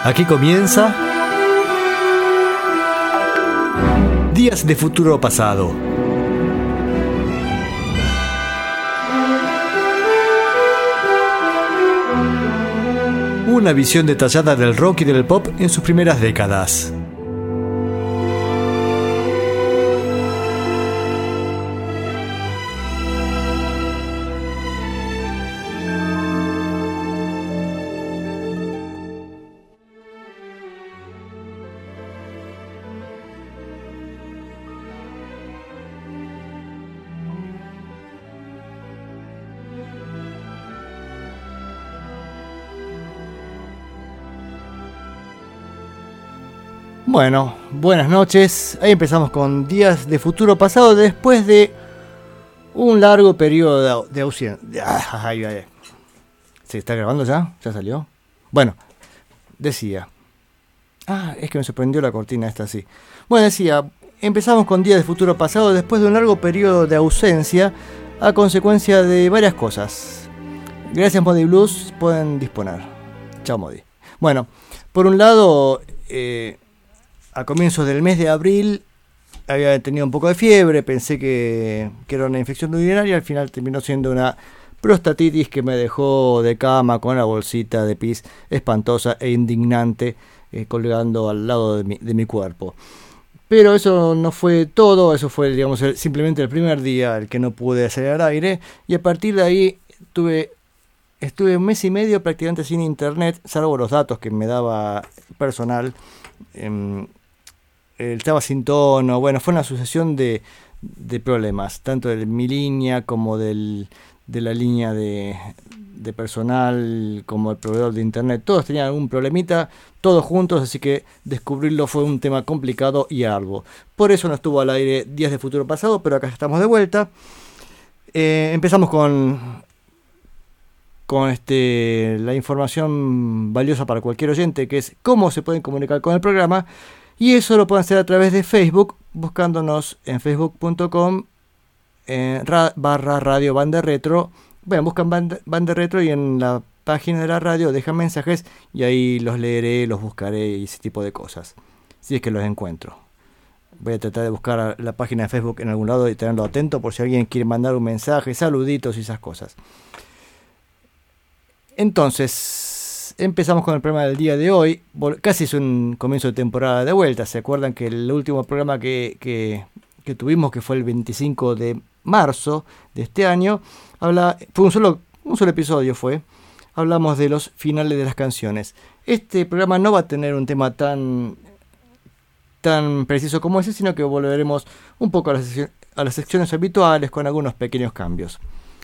Aquí comienza Días de Futuro Pasado. Una visión detallada del rock y del pop en sus primeras décadas. Bueno, buenas noches. Ahí empezamos con Días de Futuro Pasado después de un largo periodo de ausencia. ¿Se está grabando ya? ¿Ya salió? Bueno, decía. Es que me sorprendió la cortina esta así. Bueno, decía, empezamos con Días de Futuro Pasado después de un largo periodo de ausencia a consecuencia de varias cosas. Gracias Modi Blues, pueden disponer. Chao Modi. Bueno, por un lado... a comienzos del mes de abril había tenido un poco de fiebre, pensé que era una infección urinaria y al final terminó siendo una prostatitis que me dejó de cama con una bolsita de pis espantosa e indignante colgando al lado de mi cuerpo. Pero eso no fue todo, eso fue simplemente el primer día el que no pude salir al aire y a partir de ahí estuve un mes y medio prácticamente sin internet, salvo los datos que me daba personal. Estaba sin tono, bueno, fue una sucesión de problemas, tanto de mi línea como de la línea de personal, como el proveedor de internet, todos tenían algún problemita, todos juntos, así que descubrirlo fue un tema complicado y arduo. Por eso no estuvo al aire Días de Futuro Pasado, pero acá estamos de vuelta. Empezamos con la información valiosa para cualquier oyente, que es cómo se pueden comunicar con el programa. Y eso lo pueden hacer a través de Facebook, buscándonos en facebook.com /radio Banda Retro. Bueno, buscan Banda Retro y en la página de la radio dejan mensajes y ahí los leeré, los buscaré y ese tipo de cosas, si es que los encuentro. Voy a tratar de buscar la página de Facebook en algún lado y tenerlo atento por si alguien quiere mandar un mensaje, saluditos y esas cosas. Entonces... empezamos con el programa del día de hoy. Casi es un comienzo de temporada de vuelta. ¿Se acuerdan que el último programa que tuvimos, que fue el 25 de marzo de este año, fue un solo episodio hablamos de los finales de las canciones. Este programa no va a tener un tema tan preciso como ese, sino que volveremos un poco a las secciones habituales con algunos pequeños cambios.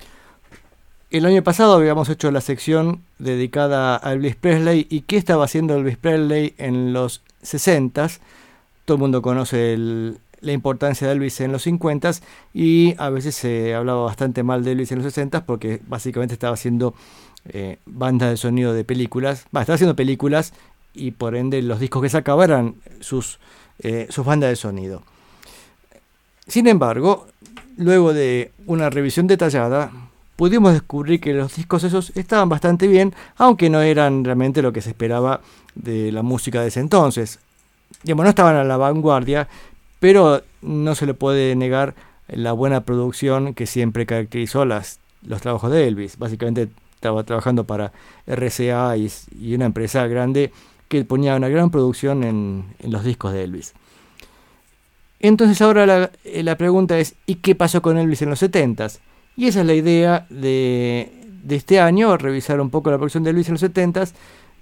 El año pasado habíamos hecho la sección dedicada a Elvis Presley y qué estaba haciendo Elvis Presley en los 60s. Todo el mundo conoce la importancia de Elvis en los 50s y a veces se hablaba bastante mal de Elvis en los 60s porque básicamente estaba haciendo bandas de sonido de películas. Estaba haciendo películas y por ende los discos que sacaba eran sus bandas de sonido. Sin embargo, luego de una revisión detallada, pudimos descubrir que los discos esos estaban bastante bien, aunque no eran realmente lo que se esperaba de la música de ese entonces. No estaban a la vanguardia, pero no se le puede negar la buena producción que siempre caracterizó los trabajos de Elvis. Básicamente estaba trabajando para RCA y una empresa grande que ponía una gran producción en los discos de Elvis. Entonces ahora la pregunta es, ¿y qué pasó con Elvis en los 70s? Y esa es la idea de este año, revisar un poco la producción de Elvis en los 70s.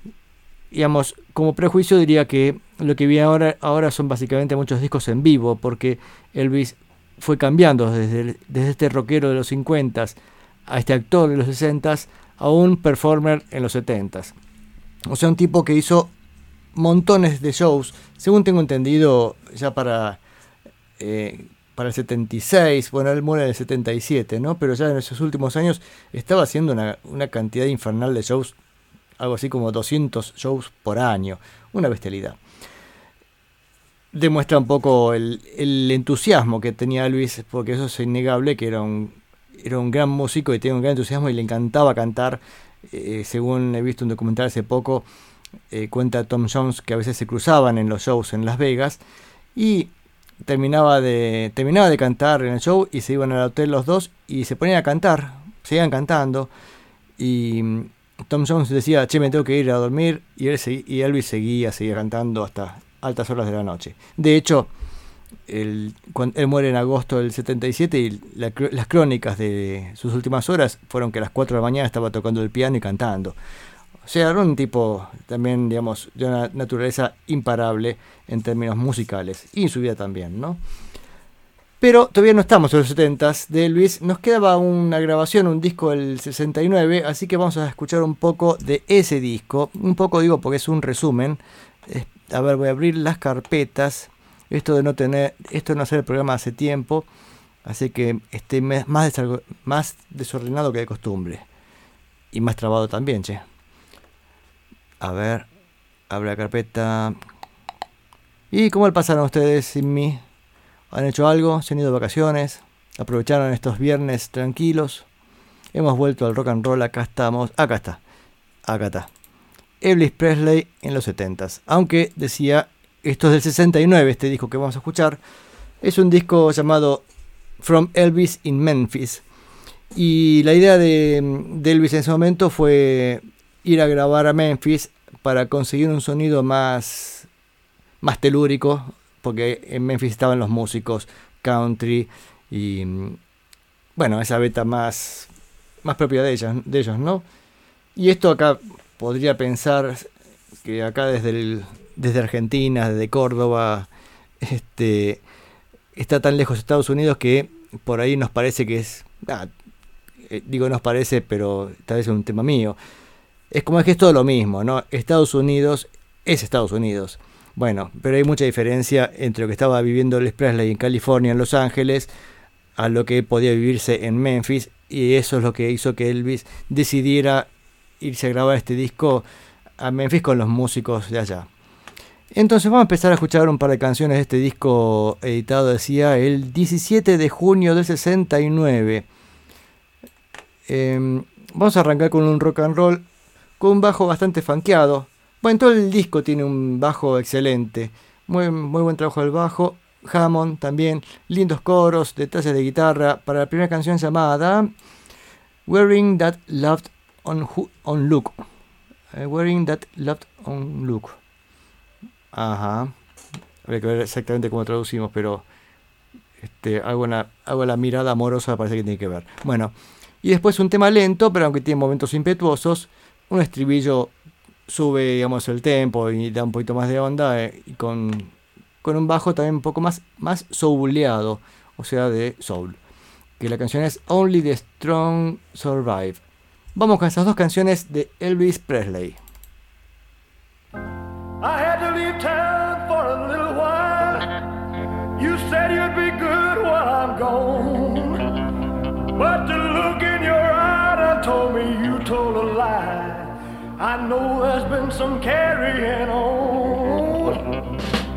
Como prejuicio diría que lo que viene ahora son básicamente muchos discos en vivo, porque Elvis fue cambiando desde este rockero de los 50s a este actor de los 60s a un performer en los 70s. O sea, un tipo que hizo montones de shows, según tengo entendido, ya para el 76, bueno, él muere en el 77, ¿no? Pero ya en esos últimos años estaba haciendo una cantidad infernal de shows, algo así como 200 shows por año, una bestialidad. Demuestra un poco el entusiasmo que tenía Elvis, porque eso es innegable, que era un gran músico y tenía un gran entusiasmo y le encantaba cantar. Según he visto un documental hace poco, Cuenta Tom Jones que a veces se cruzaban en los shows en Las Vegas y terminaba de cantar en el show y se iban al hotel los dos y se ponían a cantar, seguían cantando y Tom Jones decía, che, me tengo que ir a dormir, y Elvis seguía cantando hasta altas horas de la noche. De hecho, él muere en agosto del 77 y las crónicas de sus últimas horas fueron que a las 4 de la mañana estaba tocando el piano y cantando. O sea, era un tipo también, digamos, de una naturaleza imparable en términos musicales y en su vida también, ¿no? Pero todavía no estamos en los 70s de Elvis, nos quedaba una grabación, un disco del 69, así que vamos a escuchar un poco de ese disco. Un poco digo porque es un resumen. A ver, voy a abrir las carpetas. Esto de no hacer el programa hace tiempo, así que esté más desordenado que de costumbre. Y más trabado también, che. A ver, abre la carpeta. ¿Y cómo le pasaron ustedes sin mí? ¿Han hecho algo? ¿Se han ido de vacaciones? ¿Aprovecharon estos viernes tranquilos? Hemos vuelto al rock and roll, acá estamos. Acá está. Elvis Presley en los 70s. Aunque decía, esto es del 69, este disco que vamos a escuchar. Es un disco llamado From Elvis in Memphis. Y la idea de Elvis en ese momento fue ir a grabar a Memphis para conseguir un sonido más telúrico, porque en Memphis estaban los músicos country y bueno, esa beta más propia de ellos, ¿no? Y esto acá podría pensar que acá desde Argentina, desde Córdoba, está tan lejos de Estados Unidos que por ahí nos parece que es, nos parece, pero tal vez es un tema mío. Es como que es todo lo mismo, ¿no? Estados Unidos es Estados Unidos. Bueno, pero hay mucha diferencia entre lo que estaba viviendo Elvis Presley en California, en Los Ángeles, a lo que podía vivirse en Memphis, y eso es lo que hizo que Elvis decidiera irse a grabar este disco a Memphis con los músicos de allá. Entonces vamos a empezar a escuchar un par de canciones de este disco editado, decía, el 17 de junio del 69. Vamos a arrancar con un rock and roll con un bajo bastante funkeado. Bueno, todo el disco tiene un bajo excelente, muy buen trabajo del bajo, Hammond también, lindos coros, detalles de guitarra. Para la primera canción llamada Wearing That Loved on Look. Wearing That Loved on Look. Ajá. Habría que ver exactamente cómo traducimos, pero hago la mirada amorosa, parece que tiene que ver. Bueno, y después un tema lento, pero aunque tiene momentos impetuosos, un estribillo sube, digamos, el tempo y da un poquito más de onda, y con un bajo también un poco más souleado, o sea, de soul. Que la canción es Only the Strong Survive. Vamos con esas dos canciones de Elvis Presley. I had to leave town for a little while. You said you'd be good while I'm gone, but the look in your eye done told me you told a lie. I know there's been some carrying on.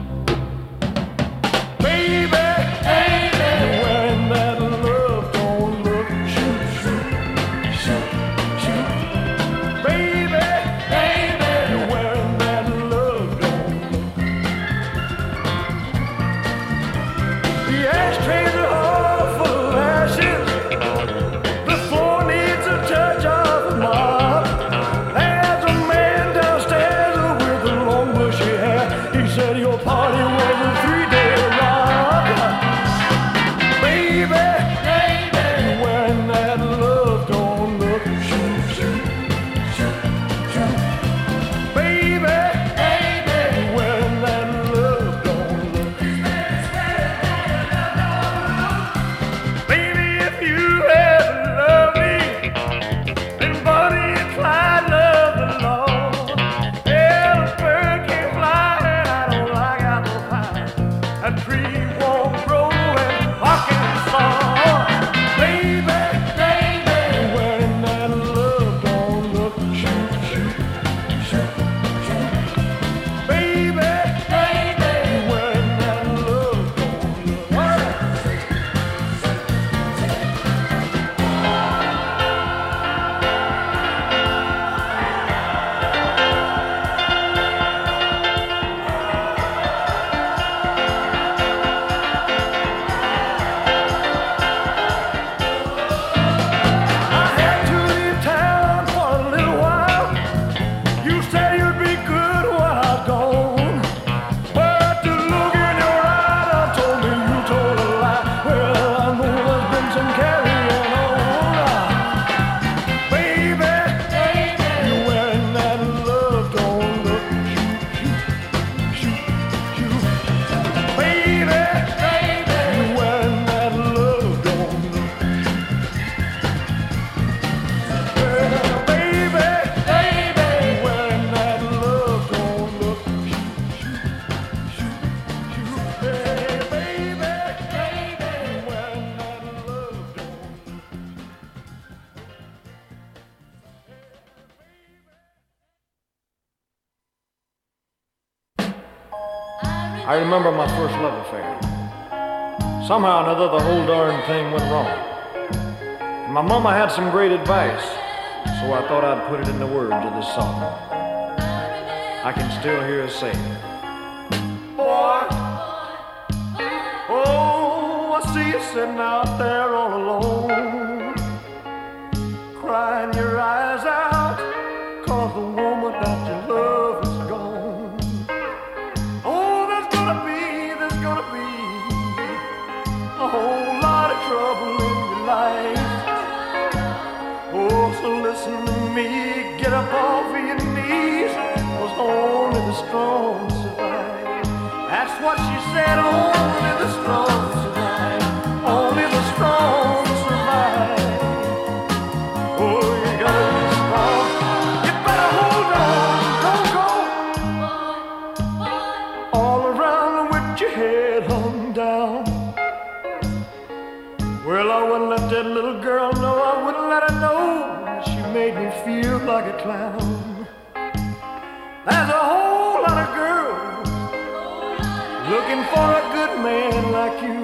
Baby, wearing that love don't look. Shoot, shoot, shoot, shoot. Baby, wearing that love don't look. The ashtrays are all full of ashes. The floor needs a touch of a mop. There's a man downstairs with the long bushy hair. He said you're I remember my first love affair. Somehow or another, the whole darn thing went wrong. And my mama had some great advice, so I thought I'd put it in the words of this song. I can still hear her say, boy, oh, I see you sitting out there all alone, crying your eyes out, 'cause the woman that you love is gone. Oh, there's gonna be a whole lot of trouble in your life. Oh, so listen to me, get up off of your knees, 'cause only the strong survive. That's what she said, only the strong survive. Only the strong survive. Oh, you gotta be strong. You better hold on, don't go all around with your head hung down. Well, I wouldn't let that little girl know, I wouldn't let her know. She made me feel like a clown. There's a whole lot of girls looking for a good man like you.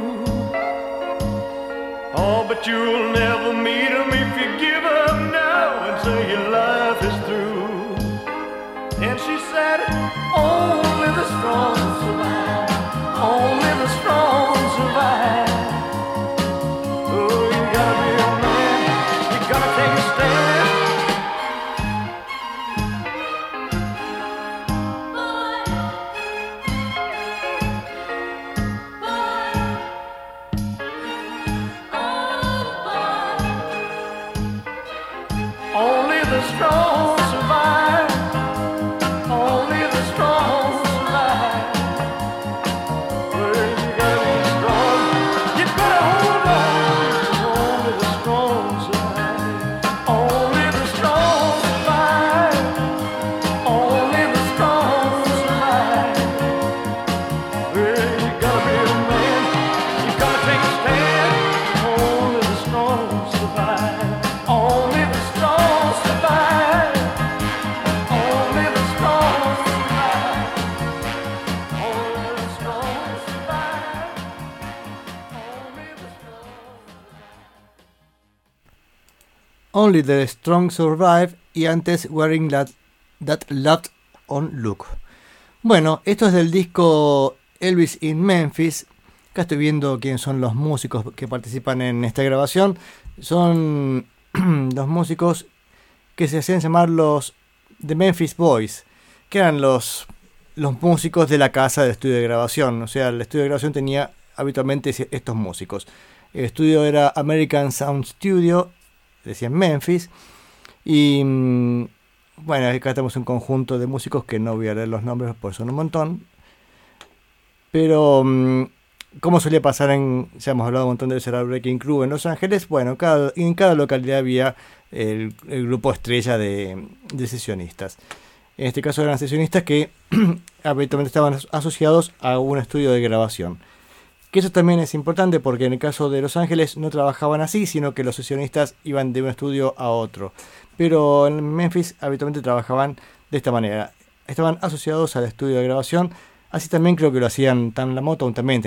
Oh, but you'll never meet him if you give up now and say your life is through. And she said, only the strong survive. Only the strong survive. Oh, you gotta be a man, you gotta take a stand. Only the strong survive. Only the strong survive. Well, you gotta be strong. You better hold on. Only the strong survive. Only the strong survive. Only the strong survive. Well, you gotta be a man. You gotta take a stand. Only the strong survive. Only the strong survive. Only the strong survive. Only the strong survive. Only the strong. Only the Strong Survive y antes Wearing That Loved on Look. Bueno, esto es del disco Elvis in Memphis. Acá estoy viendo quiénes son los músicos que participan en esta grabación. Son los músicos que se hacían llamar los The Memphis Boys, que eran los músicos de la casa de estudio de grabación. O sea, el estudio de grabación tenía habitualmente estos músicos. El estudio era American Sound Studio, decía en Memphis. Y bueno, acá tenemos un conjunto de músicos que no voy a leer los nombres porque son un montón. Pero como solía pasar ya hemos hablado un montón de veces de la Breaking Crew en Los Ángeles, bueno, en cada localidad había el grupo estrella de sesionistas. En este caso eran sesionistas que habitualmente estaban asociados a un estudio de grabación. Que eso también es importante porque en el caso de Los Ángeles no trabajaban así, sino que los sesionistas iban de un estudio a otro. Pero en Memphis habitualmente trabajaban de esta manera. Estaban asociados al estudio de grabación. Así también creo que lo hacían Tan La Motown, también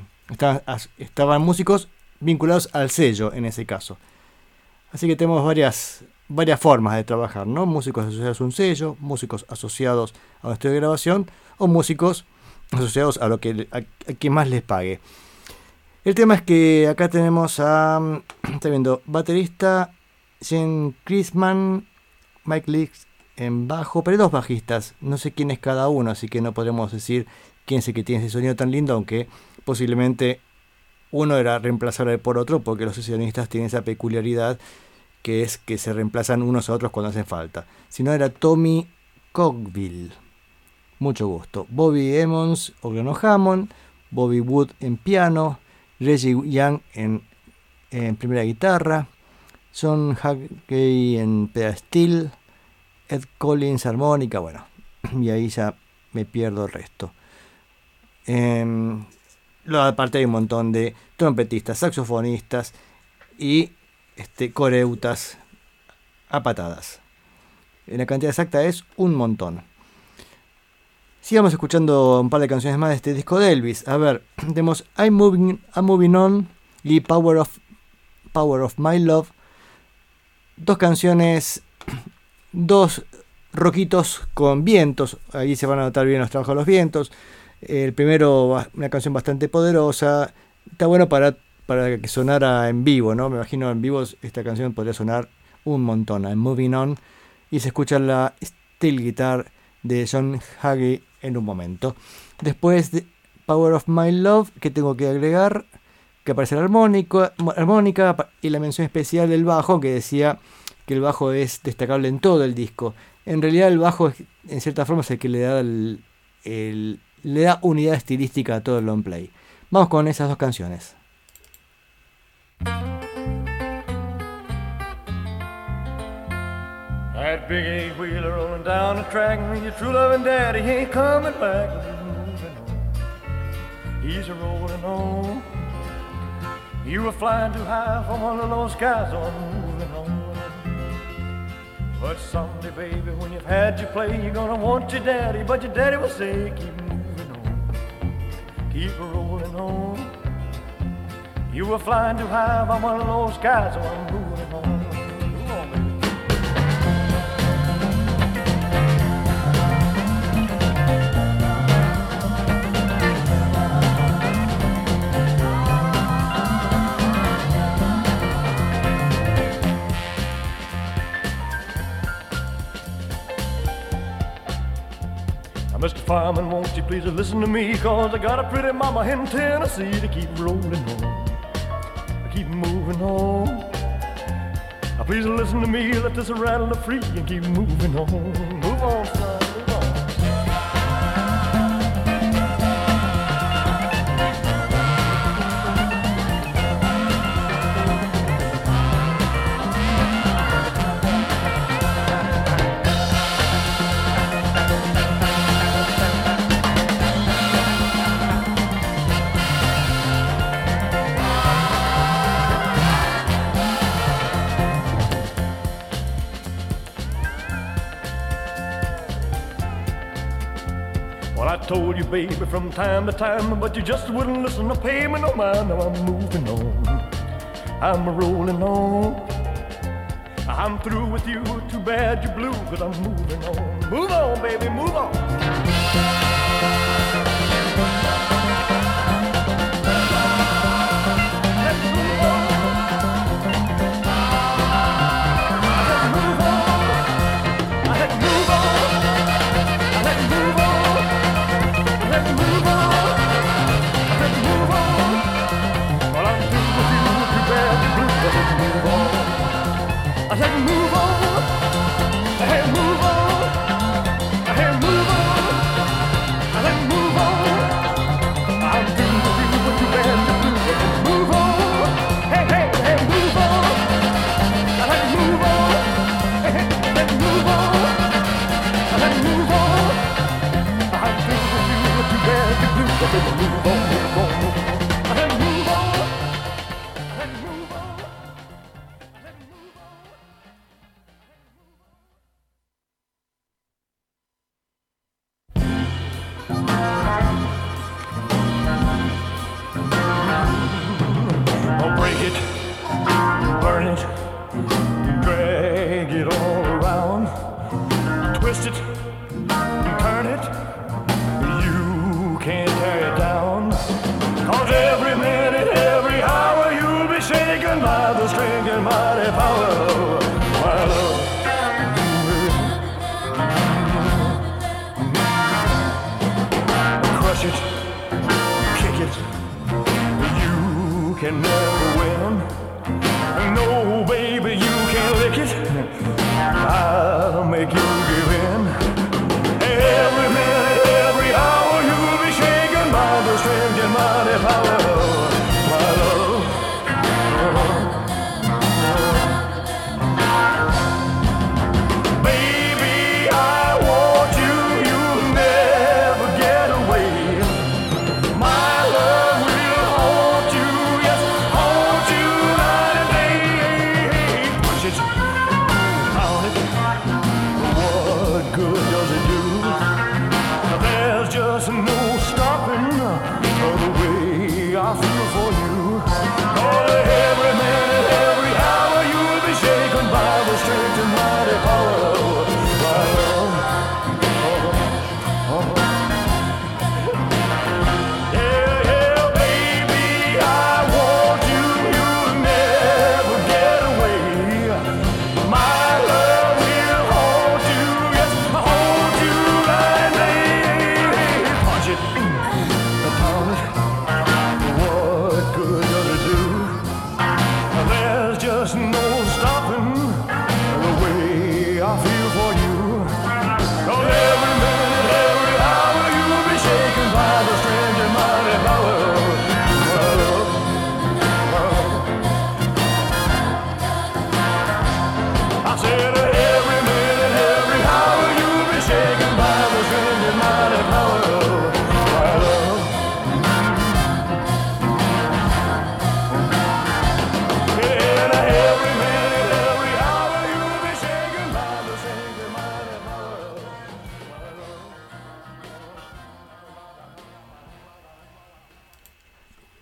estaban músicos vinculados al sello en ese caso. Así que tenemos varias formas de trabajar, ¿no? Músicos asociados a un sello, músicos asociados a un estudio de grabación o músicos asociados a quien más les pague. El tema es que acá tenemos está viendo, baterista Jen Chrisman, Mike Leaks en bajo, pero hay dos bajistas, no sé quién es cada uno, así que no podremos decir quién es el que tiene ese sonido tan lindo, aunque posiblemente uno era reemplazable por otro, porque los sesionistas tienen esa peculiaridad que es que se reemplazan unos a otros cuando hacen falta. Si no, era Tommy Cogville. Mucho gusto. Bobby Emmons, órgano Hammond, Bobby Wood en piano, Reggie Young en primera guitarra, John Hackey en pedestal, Ed Collins armónica, bueno, y ahí ya me pierdo el resto. Aparte hay un montón de trompetistas, saxofonistas y coreutas a patadas. La cantidad exacta es un montón. Sigamos escuchando un par de canciones más de este disco de Elvis. A ver, tenemos I'm Moving On y Power of My Love. Dos canciones, dos rockitos con vientos. Ahí se van a notar bien los trabajos de los vientos. El primero, una canción bastante poderosa. Está bueno para que sonara en vivo, ¿no? Me imagino en vivo esta canción podría sonar un montón. I'm Moving On. Y se escucha la steel guitar de John Hagee en un momento. Después de Power of My Love, que tengo que agregar, que aparece la armónica y la mención especial del bajo, que decía que el bajo es destacable en todo el disco. En realidad el bajo en cierta forma es el que le da unidad estilística a todo el long play. Vamos con esas dos canciones. That big eight-wheeler rolling down the track, and your true loving daddy ain't coming back. He's a rolling on. You were flying too high from under those skies, so I'm moving on. But someday, baby, when you've had your play, you're gonna want your daddy, but your daddy will say, keep moving on, keep rolling on. You were flying too high from under those skies, so I'm moving on. Move on, baby. Mr. Fireman, won't you please listen to me, 'cause I got a pretty mama in Tennessee to keep rolling on, keep moving on. Now please listen to me, let this rattle free and keep moving on. Move on, son, move on. I told you, baby, from time to time, but you just wouldn't listen to pay me no mind. Now I'm moving on, I'm rolling on. I'm through with you, too bad you're blue, 'cause I'm moving on. Move on, baby, move on. I said move on, I said move on, I said move on, I said move on. I'm through with you, but too bad to do. Move on, hey, hey, hey, move on. I said move on, hey, hey, let's move on. I said move on. I'm through with you, but too bad to do. I said move on, move on, move on. I said move on, I said move on.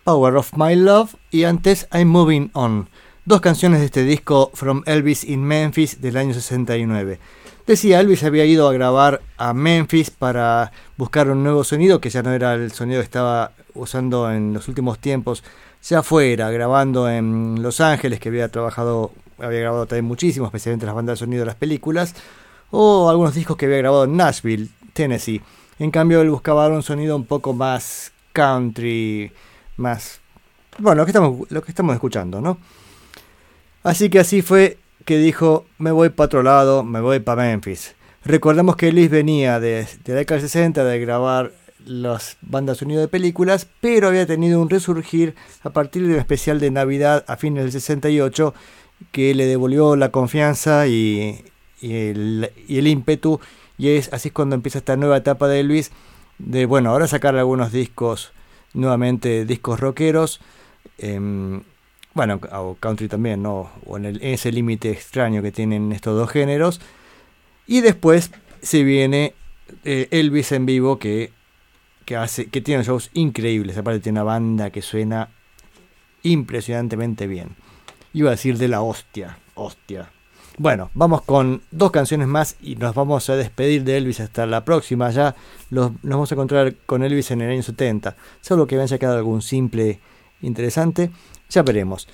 Power of My Love y antes I'm Moving On, dos canciones de este disco From Elvis in Memphis del año 69. Decía, Elvis había ido a grabar a Memphis para buscar un nuevo sonido, que ya no era el sonido que estaba usando en los últimos tiempos, ya fuera, grabando en Los Ángeles, que había grabado también muchísimo, especialmente las bandas de sonido de las películas, o algunos discos que había grabado en Nashville, Tennessee. En cambio, él buscaba un sonido un poco más country, más... bueno, lo que estamos escuchando, ¿no? Así que así fue que dijo, me voy para otro lado, me voy para Memphis. Recordemos que Elvis venía de la década del 60 de grabar las bandas de sonido de películas, pero había tenido un resurgir a partir de un especial de Navidad a fines del 68 que le devolvió la confianza y el ímpetu, y así es cuando empieza esta nueva etapa de Elvis, de bueno, ahora sacar algunos discos, nuevamente discos rockeros, bueno, o country también, ¿no? O en ese límite extraño que tienen estos dos géneros, y después se viene Elvis en vivo que tiene shows increíbles, aparte tiene una banda que suena impresionantemente bien. Iba a decir de la hostia. Bueno, vamos con dos canciones más y nos vamos a despedir de Elvis hasta la próxima. Ya nos vamos a encontrar con Elvis en el año 70. Solo que me haya quedado algún simple interesante, ya veremos.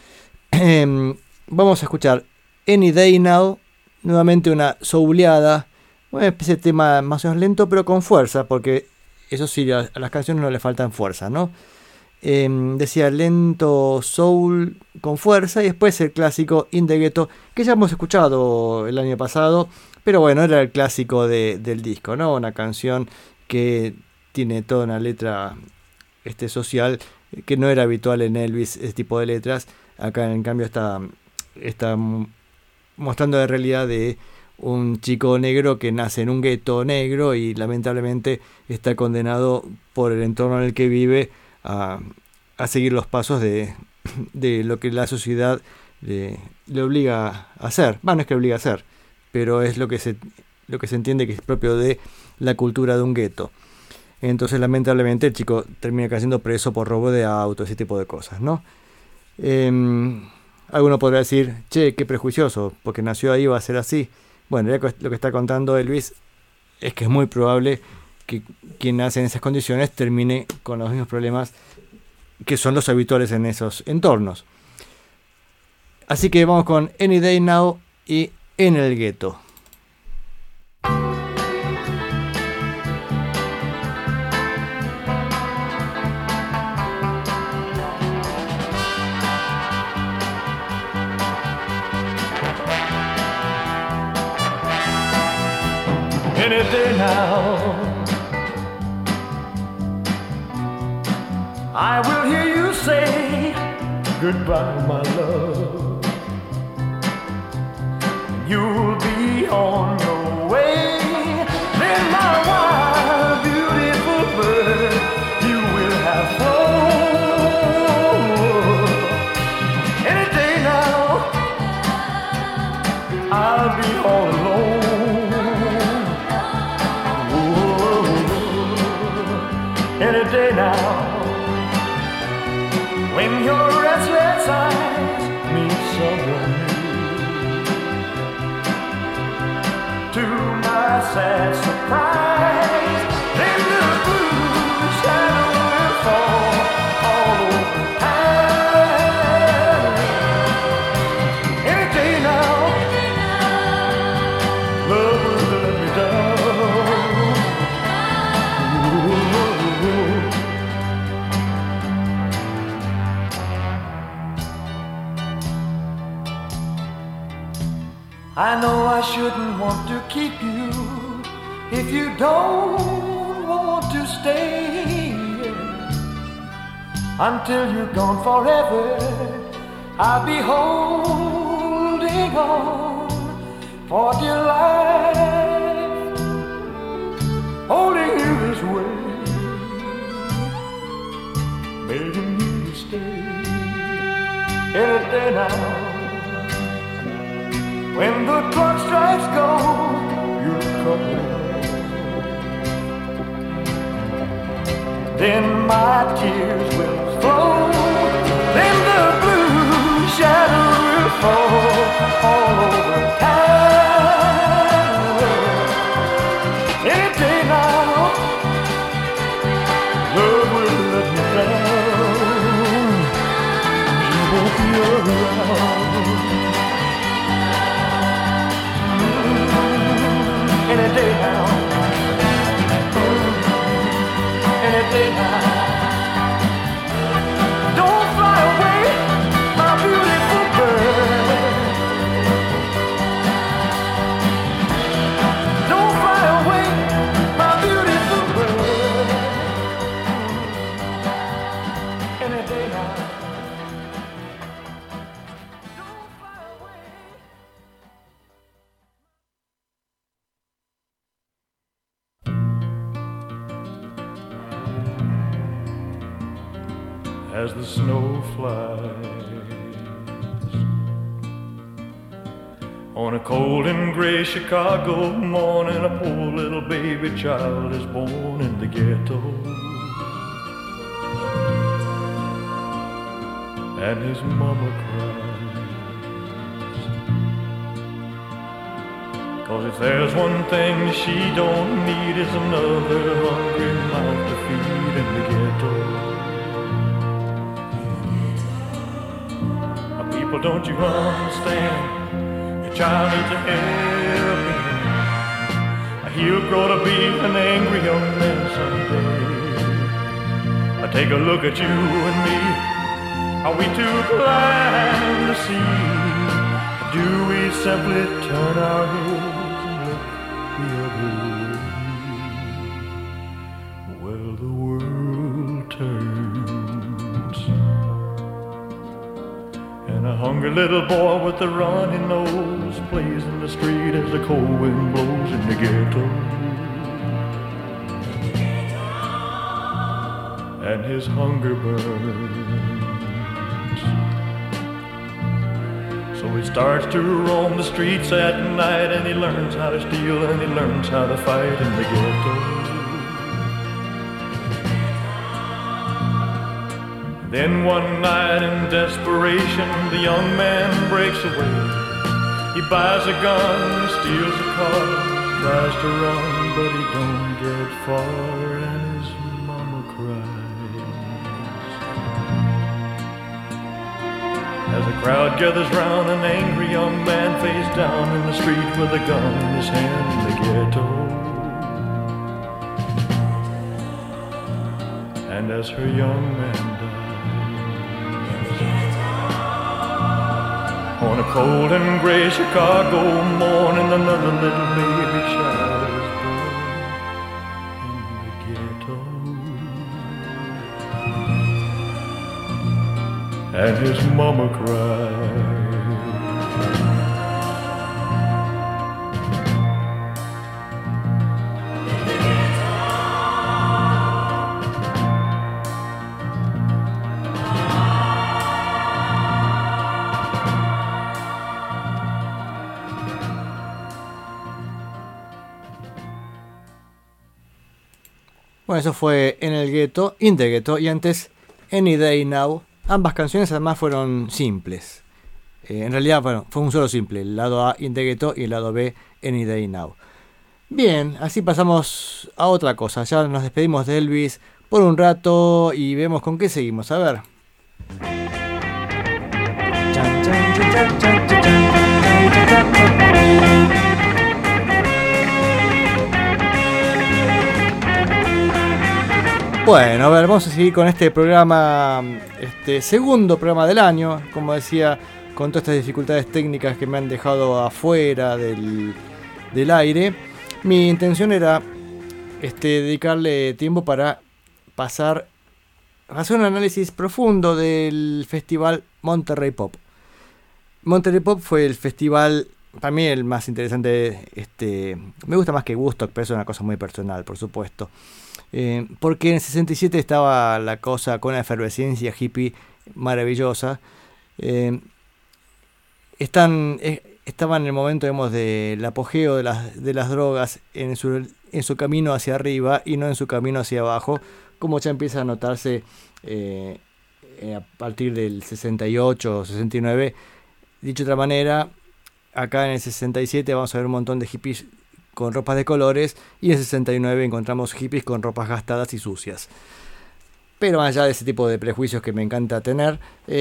Vamos a escuchar Any Day Now, nuevamente una souleada, una especie de tema más o menos lento pero con fuerza, porque eso sí, a las canciones no le faltan fuerza, ¿no? Decía lento soul con fuerza, y después el clásico In the Ghetto, que ya hemos escuchado el año pasado, pero bueno, era el clásico del disco, ¿no? Una canción que tiene toda una letra social que no era habitual en Elvis, ese tipo de letras. Acá en cambio está mostrando la realidad de un chico negro que nace en un gueto negro y lamentablemente está condenado por el entorno en el que vive a seguir los pasos de lo que la sociedad le obliga a hacer. Bueno, no es que le obliga a hacer, pero es lo que se entiende que es propio de la cultura de un gueto. Entonces, lamentablemente, el chico termina cayendo preso por robo de auto, ese tipo de cosas, ¿no? Alguno podrá decir, che, qué prejuicioso, porque nació ahí va a ser así. Bueno, ya lo que está contando Elvis es que es muy probable que quien nace en esas condiciones termine con los mismos problemas que son los habituales en esos entornos. Así que vamos con Any Day Now y En el Gueto. Any day now, I will hear you say goodbye, my love. You'll be on your way. Then my wild, beautiful bird, you will have flown. Any day now, I'll be all alone. Any day now, when your restless eyes meet someone new, to my sad surprise, then the blue shadow will fall all over town. Any day now, love will let me down. I know I shouldn't want to keep you if you don't want to stay. Until you're gone forever, I'll be holding on for dear life, holding you this way, begging you to stay. Any day now, when the clock strikes gold, you'll come home. Then my tears will flow. all over town. Any day now, love will let me down. You won't be around. Any day now, any day now. Don't fly away, my beautiful bird. Don't fly away, my beautiful bird. Any day now. Don't fly away. As the snow flies on a cold and gray Chicago morning, a poor little baby child is born in the ghetto, and his mama cries, 'cause if there's one thing she don't need is another hungry mouth to feed in the ghetto. People, don't you understand? Your child needs a helping hand. He'll grow to be an angry young man someday. Take a look at you and me. Are we too blind to see? Do we simply turn our heads and look the other way? Well, the world turns, and a hungry little boy with a runny nose plays in the street as the cold wind blows in the ghetto. And his hunger burns, so he starts to roam the streets at night, and he learns how to steal and he learns how to fight in the ghetto. Then one night in desperation, the young man breaks away. He buys a gun, steals a car, tries to run, but he don't get far, and his mama cries. As the crowd gathers round, an angry young man face down in the street with a gun in his hand in the ghetto. And as her young man dies, on a cold and gray Chicago morning, another little baby child is born in the ghetto. And his mama cries. Bueno, eso fue En el Gueto, In the Ghetto, y antes Any Day Now. Ambas canciones además fueron simples. En realidad, bueno, fue un solo simple, el lado A, In the Ghetto, y el lado B, Any Day Now. Bien, así pasamos a otra cosa. Ya nos despedimos de Elvis por un rato y vemos con qué seguimos. A ver. Bueno, a ver, vamos a seguir con este programa, segundo programa del año, como decía, con todas estas dificultades técnicas que me han dejado afuera del aire. Mi intención era dedicarle tiempo para hacer un análisis profundo del festival Monterrey Pop. Monterrey Pop fue el festival, para mí el más interesante, me gusta más que Woodstock, pero es una cosa muy personal, por supuesto. Porque en el 67 estaba la cosa con una efervescencia hippie maravillosa. Estaban en el momento, digamos, del apogeo de las drogas en su camino hacia arriba y no en su camino hacia abajo, como ya empieza a notarse a partir del 68 o 69. Dicho de otra manera, acá en el 67 vamos a ver un montón de hippies con ropas de colores, y en el 69 encontramos hippies con ropas gastadas y sucias. Pero más allá de ese tipo de prejuicios que me encanta tener,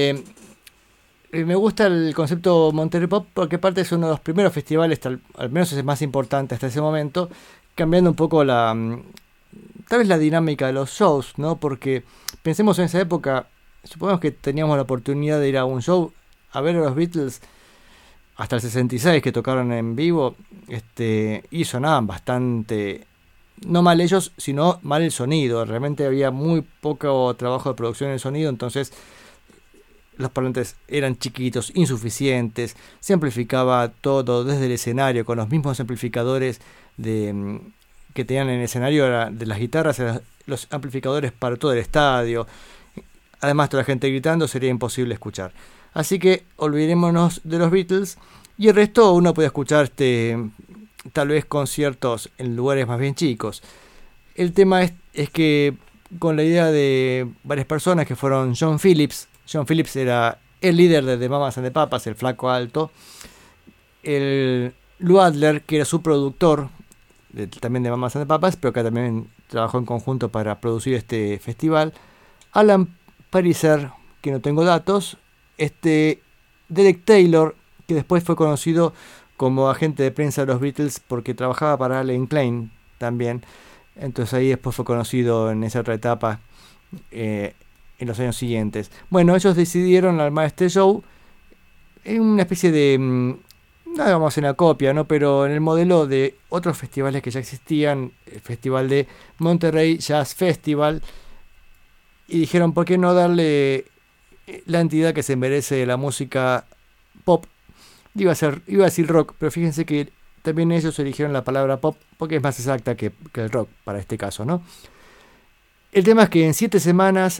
me gusta el concepto Monterey Pop porque aparte es uno de los primeros festivales, al menos es el más importante hasta ese momento, cambiando un poco tal vez la dinámica de los shows, ¿no? Porque pensemos en esa época, supongamos que teníamos la oportunidad de ir a un show a ver a los Beatles hasta el 66 que tocaron en vivo, y sonaban bastante, no mal ellos, sino mal el sonido. Realmente había muy poco trabajo de producción en el sonido, entonces los parlantes eran chiquitos, insuficientes, se amplificaba todo desde el escenario con los mismos amplificadores que tenían en el escenario de las guitarras, eran los amplificadores para todo el estadio. Además, toda la gente gritando, sería imposible escuchar. Así que olvidémonos de los Beatles, y el resto uno puede escuchar tal vez conciertos en lugares más bien chicos. El tema es que con la idea de varias personas que fueron John Phillips era el líder de The Mamas and the Papas, el flaco alto, el Lou Adler, que era su productor también de Mamas and the Papas, pero que también trabajó en conjunto para producir este festival, Alan Pariser, que no tengo datos, Derek Taylor, que después fue conocido como agente de prensa de los Beatles porque trabajaba para Allen Klein también. Entonces ahí después fue conocido en esa otra etapa en los años siguientes. Bueno, ellos decidieron armar este show en una especie de, no digamos en la copia, ¿no? Pero en el modelo de otros festivales que ya existían, el festival de Monterey Jazz Festival, y dijeron, ¿por qué no darle la entidad que se merece la música pop? Iba a decir rock, pero fíjense que también ellos eligieron la palabra pop porque es más exacta que el rock para este caso, ¿no? El tema es que en 7 semanas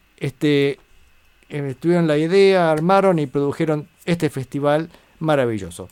tuvieron la idea, armaron y produjeron este festival maravilloso.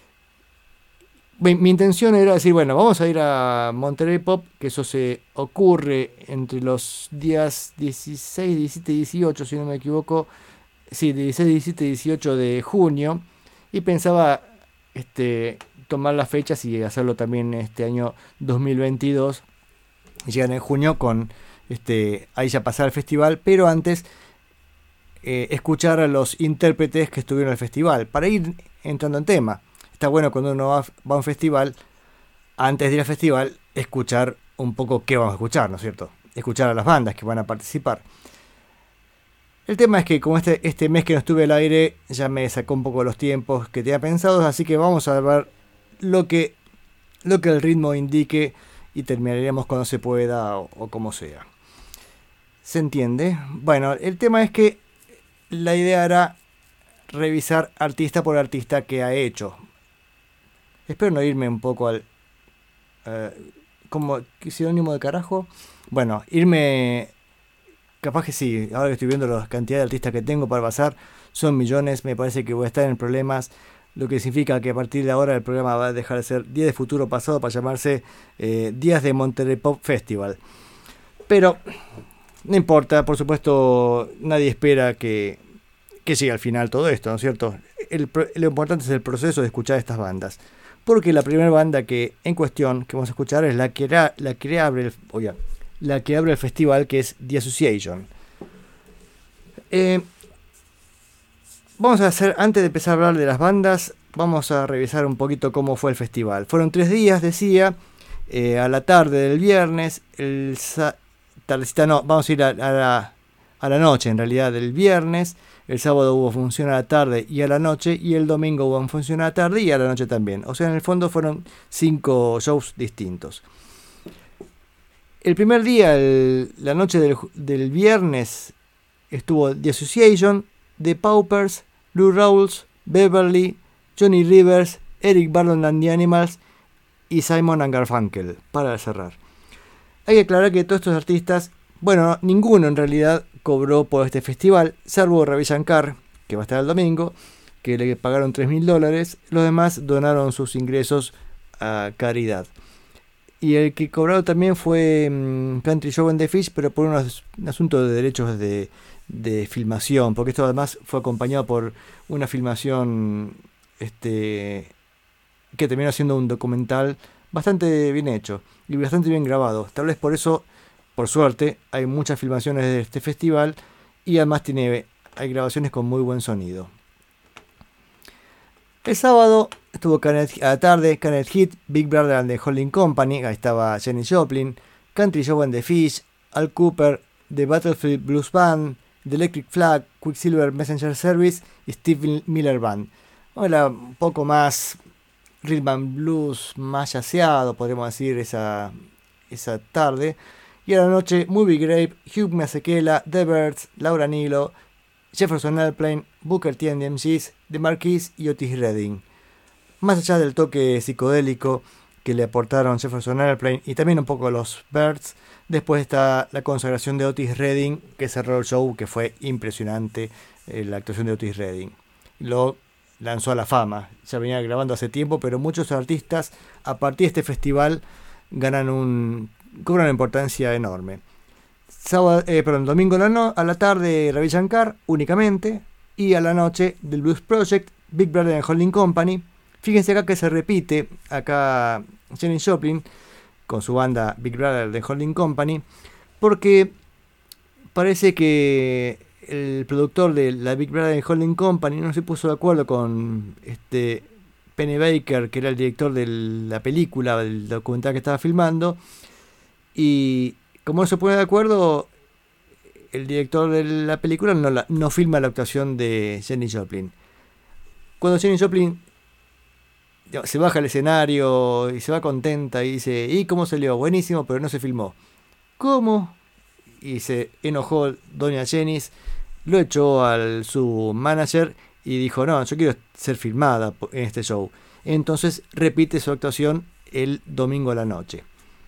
Mi intención era decir, bueno, vamos a ir a Monterey Pop, que eso se ocurre entre los días 16, 17 y 18, si no me equivoco. Sí, 16, 17 y 18 de junio. Y pensaba tomar las fechas y hacerlo también este año 2022. Llegan en junio con ahí ya pasar el festival, pero antes escuchar a los intérpretes que estuvieron en el festival, para ir entrando en tema. Está bueno cuando uno va a un festival, antes de ir al festival, escuchar un poco qué vamos a escuchar, ¿no es cierto? Escuchar a las bandas que van a participar. El tema es que como este mes que no estuve al aire, ya me sacó un poco los tiempos que tenía pensados, así que vamos a ver lo que el ritmo indique y terminaremos cuando se pueda o como sea. ¿Se entiende? Bueno, el tema es que la idea era revisar artista por artista que ha hecho. Espero no irme un poco al... como sinónimo de carajo. Bueno, irme... Capaz que sí, ahora que estoy viendo la cantidad de artistas que tengo para pasar, son millones, me parece que voy a estar en problemas, lo que significa que a partir de ahora el programa va a dejar de ser Días de Futuro Pasado para llamarse Días de Monterey Pop Festival. Pero no importa, por supuesto, nadie espera que llegue al final todo esto, ¿no es cierto? Lo importante es el proceso de escuchar estas bandas. Porque la primera banda en cuestión que vamos a escuchar es la que abre el festival, que es The Association. Vamos a hacer, antes de empezar a hablar de las bandas, vamos a revisar un poquito cómo fue el festival. Fueron 3 días, decía, a la tarde del viernes, vamos a ir a la noche, en realidad, del viernes. El sábado hubo función a la tarde y a la noche, y el domingo hubo función a la tarde y a la noche también. O sea, en el fondo fueron 5 shows distintos. El primer día, la noche del viernes, estuvo The Association, The Paupers, Lou Rawls, Beverly, Johnny Rivers, Eric Burdon and the Animals y Simon & Garfunkel, para cerrar. Hay que aclarar que todos estos artistas, bueno, ninguno en realidad cobró por este festival, salvo Ravi Shankar, que va a estar el domingo, que le pagaron $3,000. Los demás donaron sus ingresos a caridad. Y el que cobró también fue Country Joe and the Fish, pero por un asunto de derechos de filmación, porque esto además fue acompañado por una filmación que terminó siendo un documental bastante bien hecho y bastante bien grabado. Tal vez por eso, por suerte, hay muchas filmaciones de este festival y además hay grabaciones con muy buen sonido. El sábado estuvo a la tarde Kenneth Heat, Big Brother and the Holding Company, ahí estaba Janis Joplin, Country Joe and the Fish, Al Cooper, The Battlefield Blues Band, The Electric Flag, Quicksilver Messenger Service y Steve Miller Band. Ahora un poco más rhythm and blues, más yaceado, podríamos decir, esa tarde. Y a la noche, Movie Grape, Hugh Masekela, The Birds, Laura Nilo, Jefferson Airplane, Booker T and the MGs, The Marquis y Otis Redding. Más allá del toque psicodélico que le aportaron Jefferson Airplane y también un poco los Birds, después está la consagración de Otis Redding, que cerró el show, que fue impresionante la actuación de Otis Redding. Lo lanzó a la fama, ya venía grabando hace tiempo, pero muchos artistas a partir de este festival cobran una importancia enorme. Domingo a la tarde Ravi Shankar únicamente, y a la noche del Blues Project, Big Brother and Holding Company. Fíjense acá que se repite acá Janis Joplin con su banda Big Brother and Holding Company, porque parece que el productor de la Big Brother and Holding Company no se puso de acuerdo con Penny Baker, que era el director de la película, del documental que estaba filmando, y como no se pone de acuerdo, el director de la película no filma la actuación de Janis Joplin. Cuando Janis Joplin se baja al escenario y se va contenta y dice: ¿y cómo salió? Buenísimo, pero no se filmó. ¿Cómo? Y se enojó doña Janis, lo echó su manager y dijo: no, yo quiero ser filmada en este show. Entonces repite su actuación el domingo a la noche.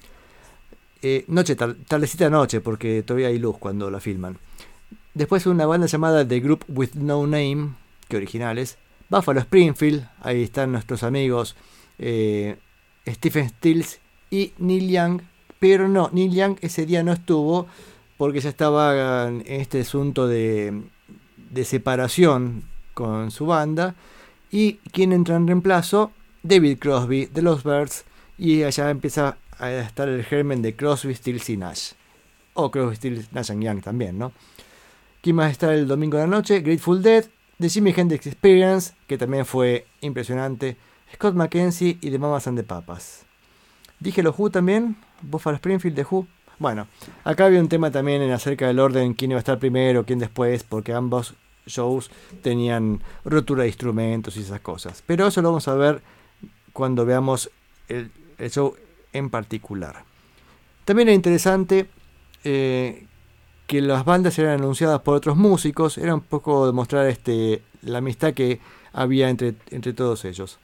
Tardecita noche, porque todavía hay luz cuando la filman. Después una banda llamada The Group With No Name, que originales, Buffalo Springfield, ahí están nuestros amigos Stephen Stills y Neil Young, pero no, Neil Young ese día no estuvo porque ya estaba en este asunto de separación con su banda. Y quien entra en reemplazo, David Crosby de los Birds, y allá empieza a estar el germen de Crosby, Stills y Nash, o Crosby, Stills, Nash and Young también, ¿no? ¿Quién más está el domingo de la noche? Grateful Dead, The Jimi Hendrix Experience, que también fue impresionante, Scott McKenzie y The Mamas and the Papas. Dije los Who también, Buffalo Springfield, The Who. Bueno, acá había un tema también acerca del orden, quién iba a estar primero, quién después, porque ambos shows tenían rotura de instrumentos y esas cosas. Pero eso lo vamos a ver cuando veamos el show en particular. También era interesante que las bandas eran anunciadas por otros músicos. Era un poco demostrar la amistad que había entre todos ellos.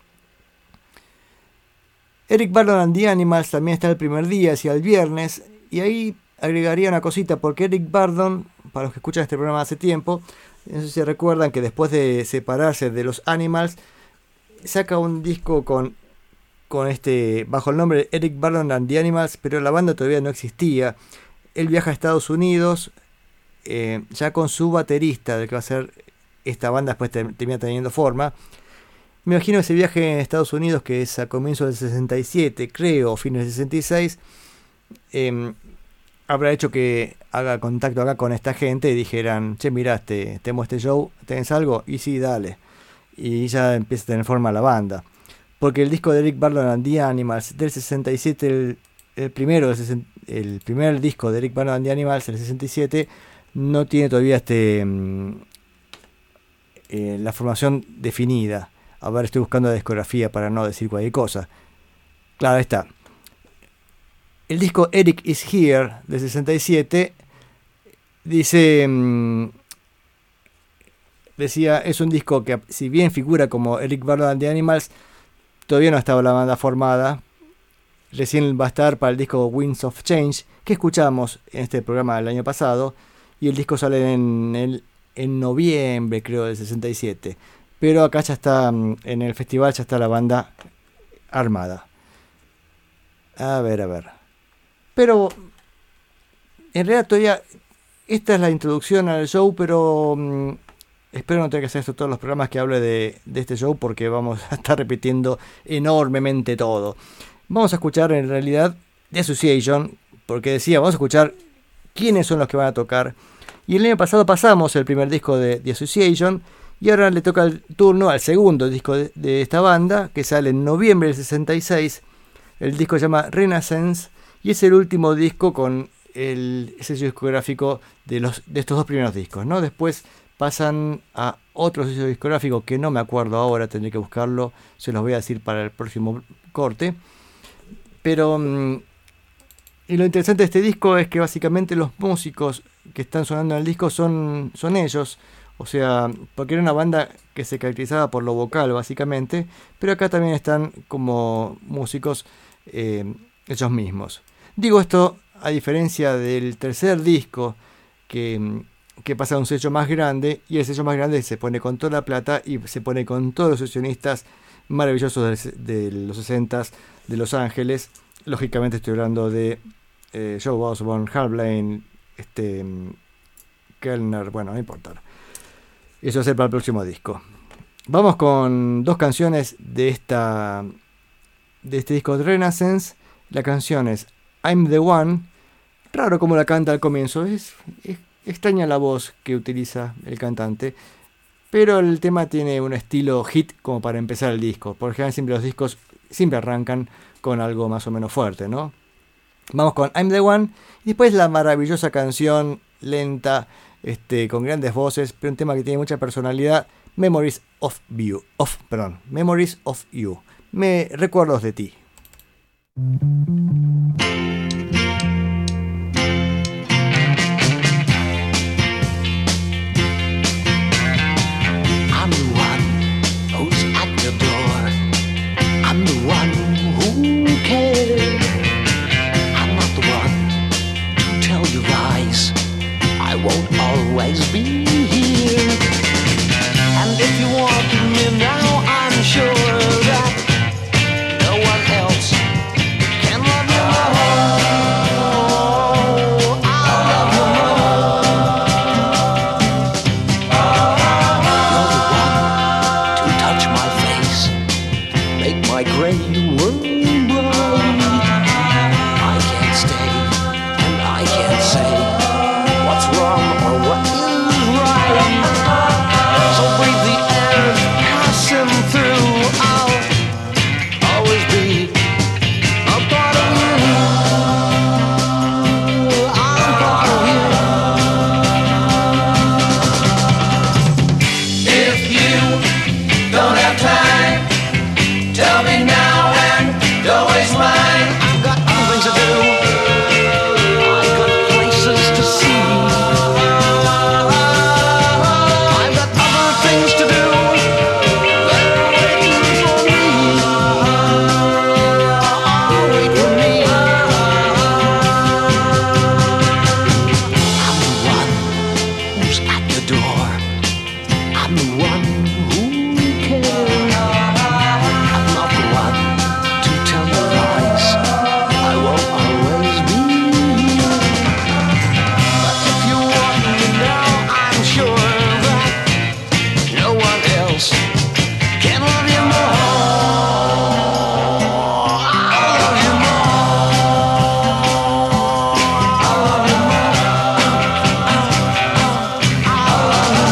Eric Burdon and the Animals también está el primer día, hacia el viernes, y ahí agregaría una cosita, porque Eric Burdon, para los que escuchan este programa hace tiempo, no sé si recuerdan que después de separarse de los Animals, saca un disco bajo el nombre Eric Burdon and the Animals, pero la banda todavía no existía. Él viaja a Estados Unidos ya con su baterista, del que va a ser esta banda, después termina teniendo forma. Me imagino ese viaje en Estados Unidos, que es a comienzos del 67, creo, fines del 66, habrá hecho que haga contacto acá con esta gente y dijeran: che, mirá, tenemos este show, ¿tenés algo? Y sí, dale. Y ya empieza a tener forma la banda. Porque el disco de Eric Burdon and the Animals del 67, el primer disco de Eric Burdon and the Animals del 67, no tiene todavía la formación definida. A ver, estoy buscando la discografía para no decir cualquier cosa. Claro, ahí está. El disco Eric is Here del 67 decía, es un disco que, si bien figura como Eric Burdon and the Animals, todavía no estaba la banda formada. Recién va a estar para el disco Winds of Change, que escuchamos en este programa del año pasado, y el disco sale en noviembre, creo, del 67. Pero acá ya está, en el festival ya está la banda armada. A ver. Pero en realidad todavía esta es la introducción al show, pero Espero no tener que hacer esto todos los programas que hable de este show, porque vamos a estar repitiendo enormemente todo. Vamos a escuchar en realidad The Association, porque decía, vamos a escuchar quiénes son los que van a tocar. Y el año pasado pasamos el primer disco de The Association, y ahora le toca el turno al segundo disco de esta banda, que sale en noviembre del 66. El disco se llama Renaissance, y es el último disco con el sello discográfico de estos dos primeros discos, ¿no? Después pasan a otro sello discográfico que no me acuerdo ahora, tendré que buscarlo, se los voy a decir para el próximo corte. Pero y lo interesante de este disco es que básicamente los músicos que están sonando en el disco son ellos, o sea, porque era una banda que se caracterizaba por lo vocal básicamente, pero acá también están como músicos ellos mismos. Digo esto a diferencia del tercer disco que pasa a un sello más grande, y el sello más grande se pone con toda la plata y se pone con todos los sesionistas maravillosos de los 60s de Los Ángeles. Lógicamente estoy hablando de Joe Osborne, Hal Blaine, Kellner, bueno, no importa. Eso va a ser para el próximo disco. Vamos con dos canciones de este disco de Renaissance. La canción es I'm the One. Raro como la canta al comienzo, es extraña la voz que utiliza el cantante, pero el tema tiene un estilo hit como para empezar el disco. Por ejemplo, siempre los discos siempre arrancan con algo más o menos fuerte, ¿no? Vamos con I'm the One, y después la maravillosa canción lenta, con grandes voces, pero un tema que tiene mucha personalidad, Memories of You. Recuerdos de ti. I'm the one who cares. I'm not the one to tell you lies. I won't always be here. And if you want me now, I'm sure that no one else can love you more. I'll love you more. You're the one to touch my face, make my gray world bright. I can't stay and I can't say what's wrong or what is right. So breathe the air passing through. I'll always be a part of you. I'm part of you. If you don't have time, tell me now and don't waste mine. I've got other things to do. I've got places to see. I've got other things to do. They're waiting for me. Oh, wait for me. I'm the one who's at the door. I'm the one who cares. I'm not the one to tell you lies. I won't always be here. But if you want me now, I'm sure that no one else can love you more. I'll love you more. I'll love you more. I'll love you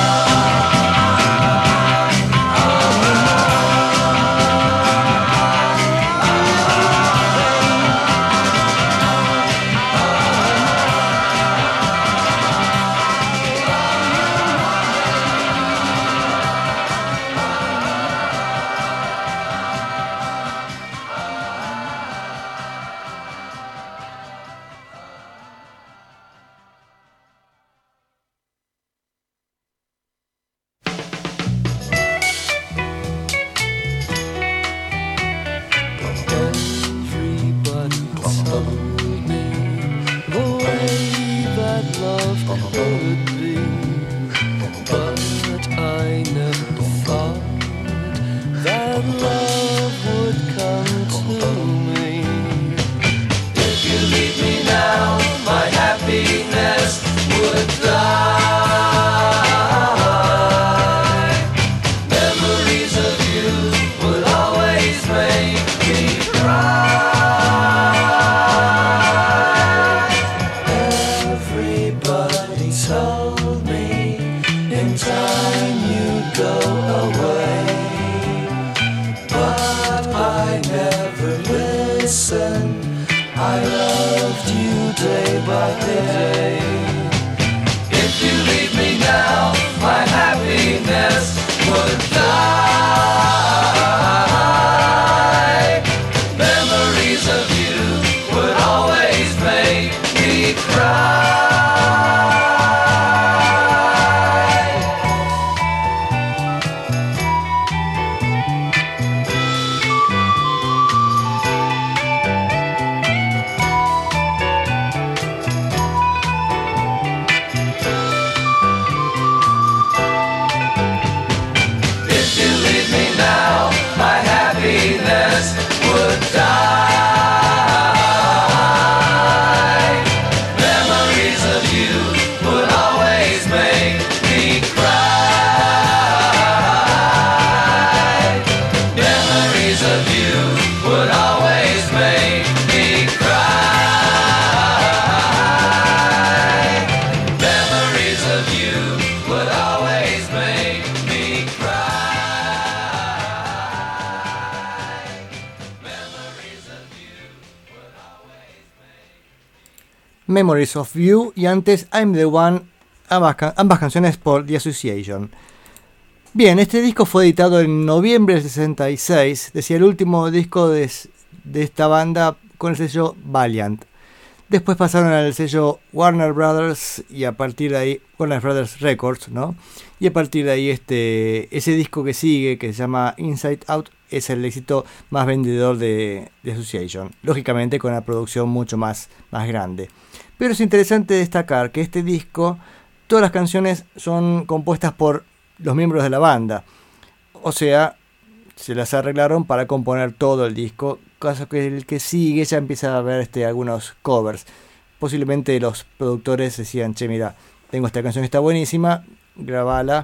Everybody told me the way that love could be, but I never thought that love would come to me. If you leave me now, my happiness would die. I loved you day by day. If you leave me now, my happiness would die. Memories of you would always make me cry. Memories of You y antes I'm the One, ambas canciones por The Association. Bien, este disco fue editado en noviembre del 66, decía el último disco de esta banda con el sello Valiant. Después pasaron al sello Warner Brothers y a partir de ahí, Warner Brothers Records, ¿no? Y a partir de ahí ese disco que sigue, que se llama Inside Out, es el éxito más vendedor de The Association, lógicamente con una producción mucho más grande. Pero es interesante destacar que este disco, todas las canciones son compuestas por los miembros de la banda. O sea, se las arreglaron para componer todo el disco, caso que el que sigue ya empieza a haber algunos covers. Posiblemente los productores decían, che, mira, tengo esta canción que está buenísima, grabala.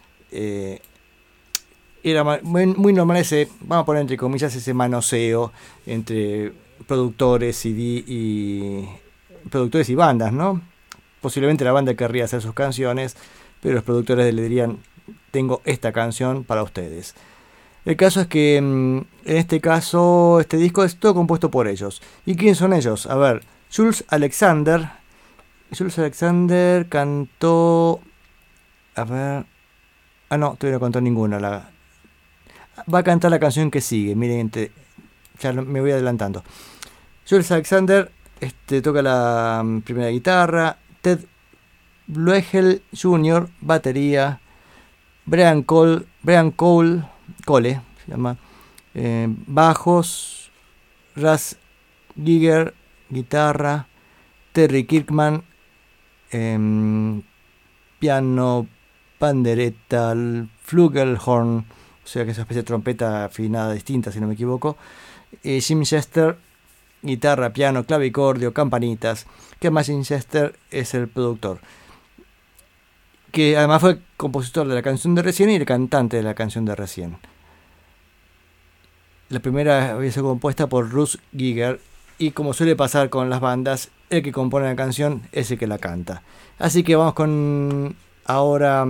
Era muy normal vamos a poner entre comillas, ese manoseo entre productores y bandas, ¿no? Posiblemente la banda querría hacer sus canciones, pero los productores le dirían, tengo esta canción para ustedes. El caso es que en este caso, este disco es todo compuesto por ellos. ¿Y quiénes son ellos? A ver, Jules Alexander. Jules Alexander cantó... A ver... Ah, no, todavía no cantó ninguna. Va a cantar la canción que sigue. Miren, ya me voy adelantando. Jules Alexander toca la primera guitarra. Ted Bluegel Jr., batería. Brian Cole se llama, bajos. Russ Giger, guitarra. Terry Kirkman, piano, pandereta, flugelhorn, o sea que es una especie de trompeta afinada distinta, si no me equivoco. Jim Chester, guitarra, piano, clavicordio, campanitas. Que más Jim Chester es el productor, que además fue compositor de la canción de recién y el cantante de la canción de recién. La primera había sido compuesta por Russ Giger, y como suele pasar con las bandas, el que compone la canción es el que la canta. Así que vamos con ahora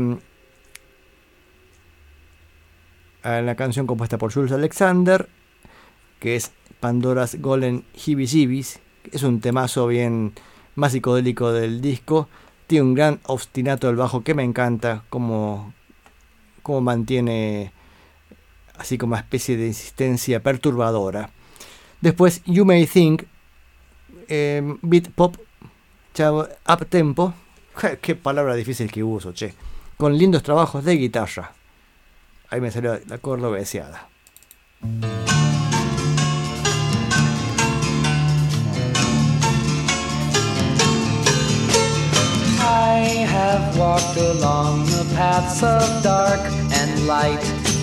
a la canción compuesta por Jules Alexander, que es Pandora's Golden Hibby-Jibbies. Es un temazo bien más psicodélico del disco. Tiene un gran obstinato del bajo que me encanta, como mantiene así como una especie de insistencia perturbadora. Después You May Think, beat pop, up tempo, qué palabra difícil que uso, che, con lindos trabajos de guitarra. Ahí me salió la córdoba deseada. I have walked along the paths of dark and light,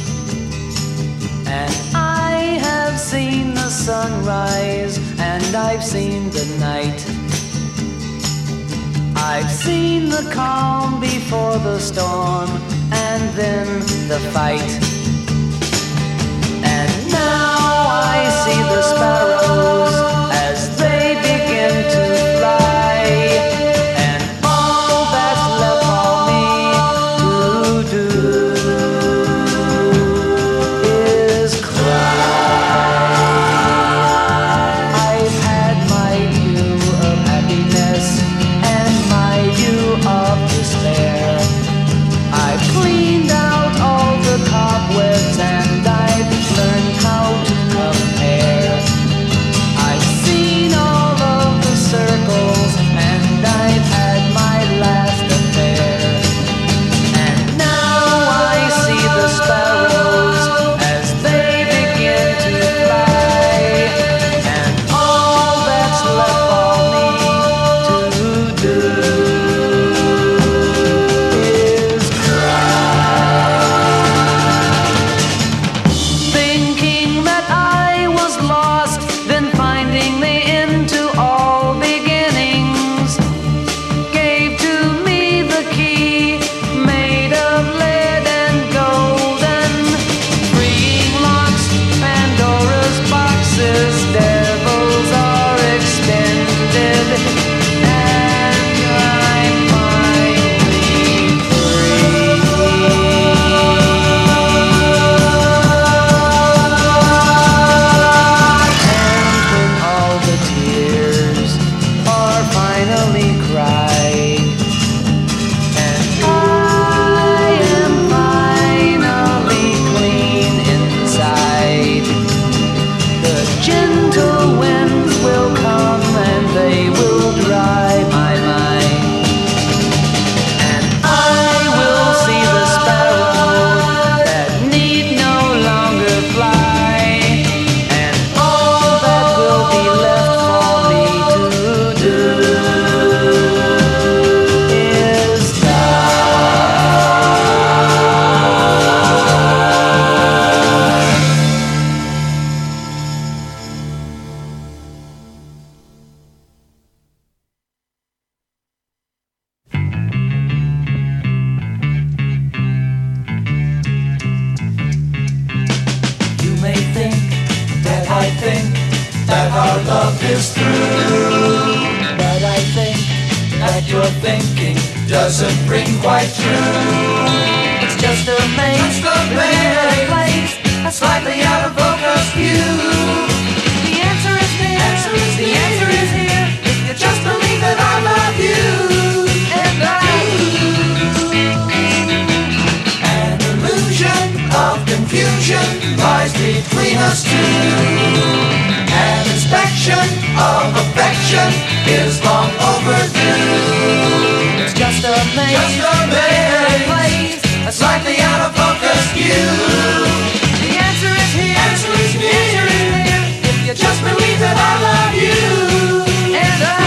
and I have seen the sunrise, and I've seen the night. I've seen the calm before the storm, and then the fight. And now I see the sparrows as they begin to fly, and all that's left for me to do is cry. I've had my is through. But I think that your thinking doesn't ring quite true. It's just a maze, a place, a slightly out of focus view. The answer is near, the answer is here. If you just believe that I love you, and I do. An illusion of confusion lies between us two. An inspection of affection is long overdue. It's just a maze, a place, a slightly out of focus view. The answer is here, the answer is here. If you just believe that I love you, and I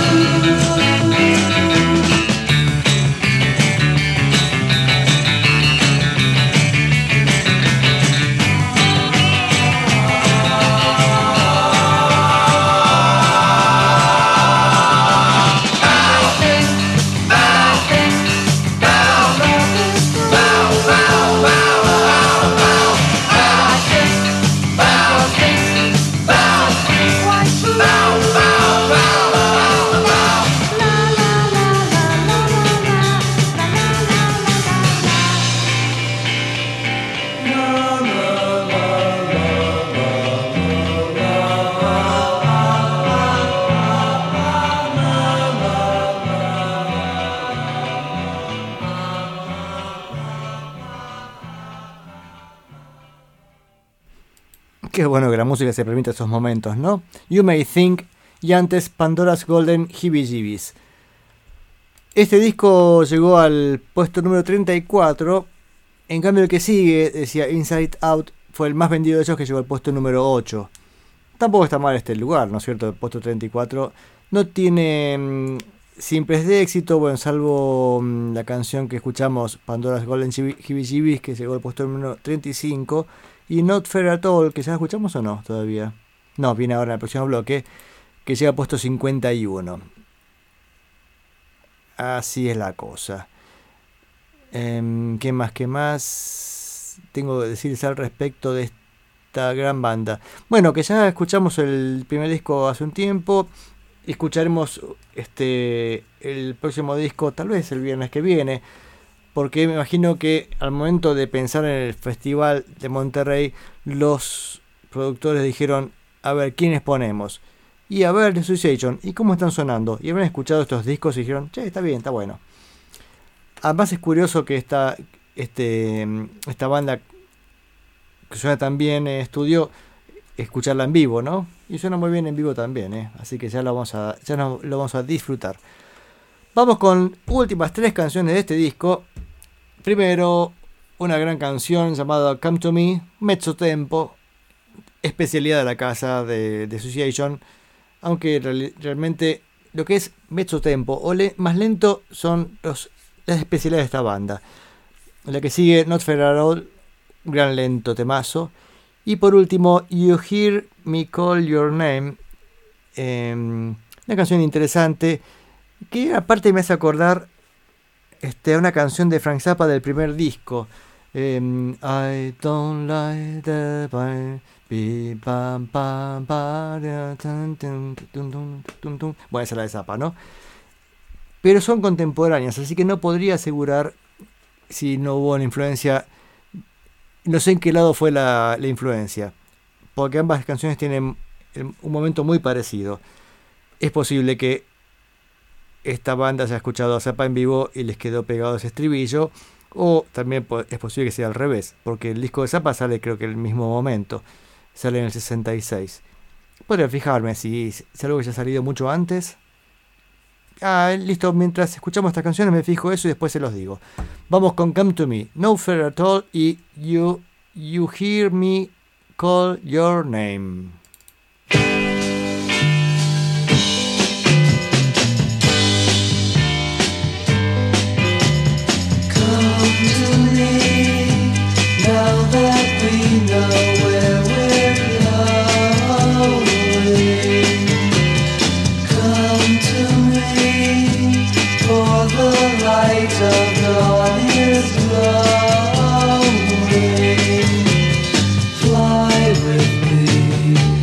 Qué bueno que la música se permita esos momentos, ¿no? You May Think y antes Pandora's Golden Heebie-Jeebies. Este disco llegó al puesto número 34. En cambio el que sigue, decía Inside Out, fue el más vendido de ellos, que llegó al puesto número 8. Tampoco está mal este lugar, ¿no es cierto? El puesto 34 no tiene simples de éxito, bueno, salvo la canción que escuchamos, Pandora's Golden Heebie-Jeebies, que llegó al puesto número 35. Y Not Fair At All, que ya la escuchamos o no todavía. No, viene ahora en el próximo bloque, que llega a puesto 51. Así es la cosa. ¿Qué más tengo que decirles al respecto de esta gran banda? Bueno, que ya escuchamos el primer disco hace un tiempo. Escucharemos el próximo disco tal vez el viernes que viene. Porque me imagino que al momento de pensar en el Festival de Monterrey, los productores dijeron, a ver, ¿quiénes ponemos? Y a ver, The Association, ¿y cómo están sonando? Y habrán escuchado estos discos y dijeron, che, está bien, está bueno. Además es curioso que esta banda que suena tan bien en estudio, escucharla en vivo, ¿no? Y suena muy bien en vivo también, ¿eh? Así que ya lo vamos a disfrutar. Vamos con últimas 3 canciones de este disco. Primero, una gran canción llamada Come To Me, mezzo tempo, especialidad de la casa de Association, aunque realmente lo que es mezzo tempo o más lento son las especialidades de esta banda. La que sigue, Not Fair At All, gran lento temazo. Y por último, You Hear Me Call Your Name, una canción interesante que aparte me hace acordar una canción de Frank Zappa del primer disco, I don't like the pam pam bueno, esa es la de Zappa, ¿no? Pero son contemporáneas, así que no podría asegurar si no hubo una influencia. No sé en qué lado fue la influencia, porque ambas canciones tienen un momento muy parecido. Es posible que esta banda se ha escuchado a Zappa en vivo y les quedó pegado ese estribillo, o también es posible que sea al revés, porque el disco de Zappa sale creo que en el mismo momento, sale en el 66. Podría fijarme si es algo que ya ha salido mucho antes. Listo, mientras escuchamos estas canciones me fijo eso y después se los digo. Vamos con Come To Me, No Fair At All y You Hear Me Call Your Name. Now that we know where we're going, come to me, for the light of dawn is glowing. Fly with me.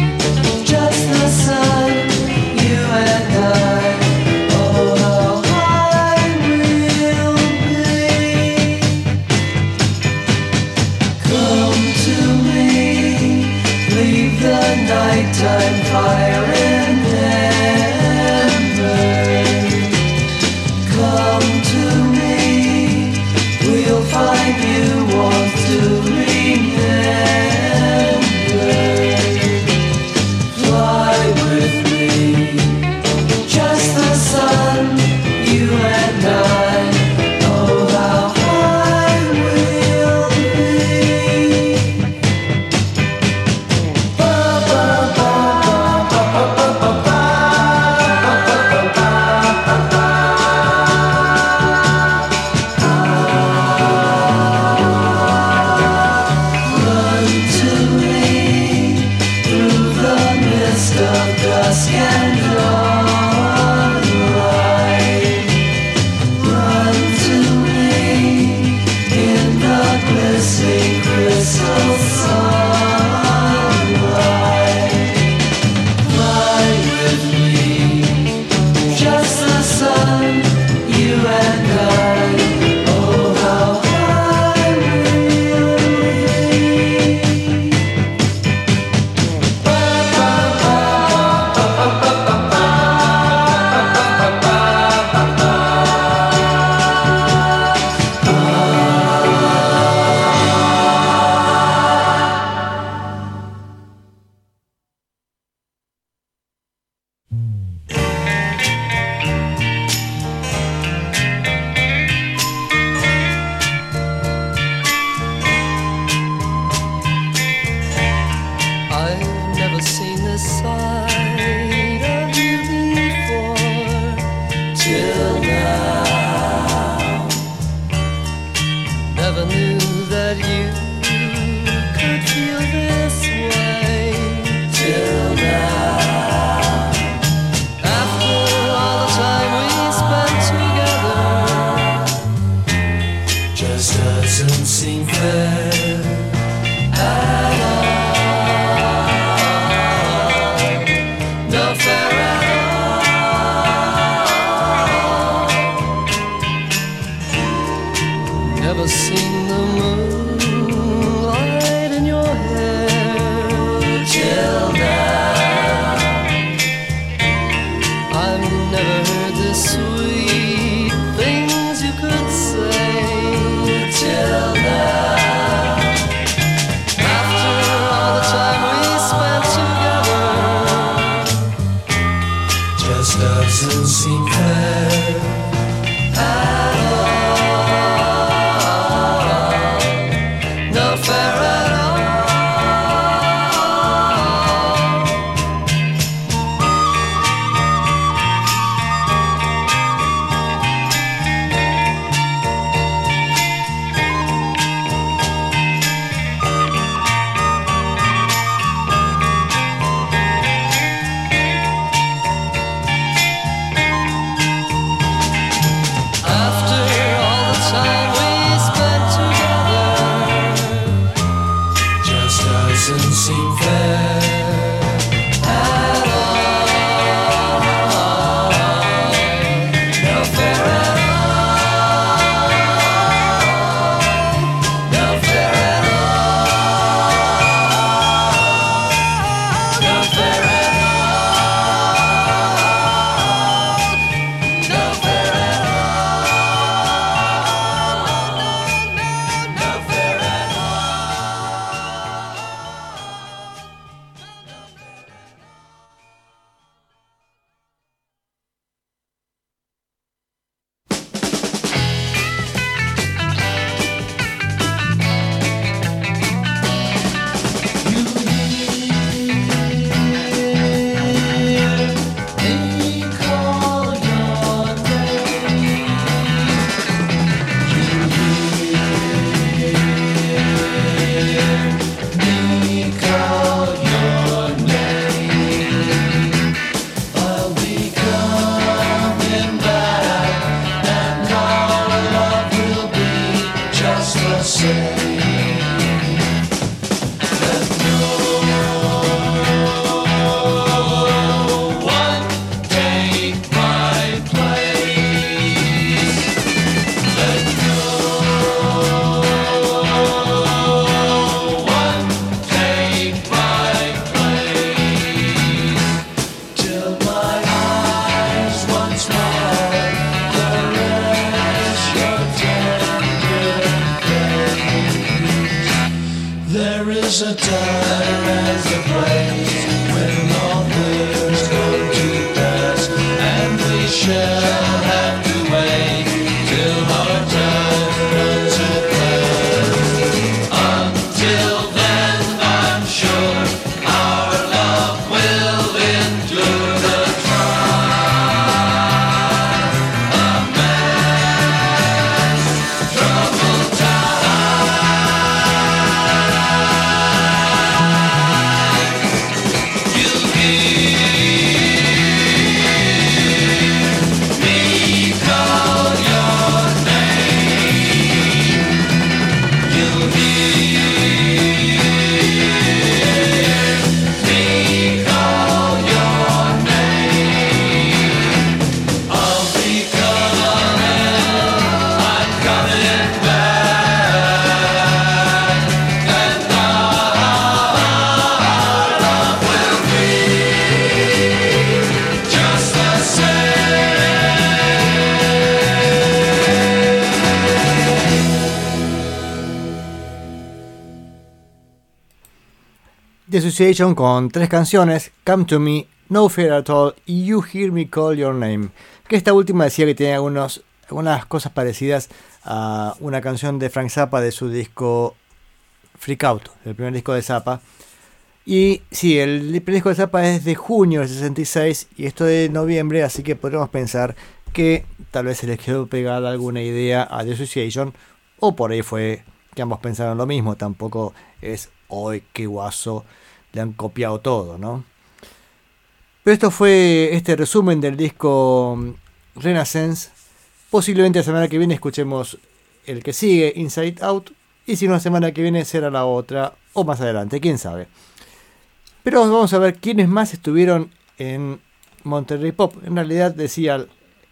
The Association con 3 canciones, Come to Me, No Fear at All y You Hear Me Call Your Name. Que esta última decía que tenía algunas cosas parecidas a una canción de Frank Zappa de su disco Freak Out, el primer disco de Zappa. Y sí, el primer disco de Zappa es de junio del 66 y esto de noviembre, así que podríamos pensar que tal vez se les quedó pegada alguna idea a The Association, o por ahí fue que ambos pensaron lo mismo. Tampoco es hoy que guaso, le han copiado todo, ¿no? Pero esto fue este resumen del disco Renaissance. Posiblemente la semana que viene escuchemos el que sigue, Inside Out, y si no la semana que viene será la otra, o más adelante, quién sabe. Pero vamos a ver quiénes más estuvieron en Monterrey Pop. En realidad decía,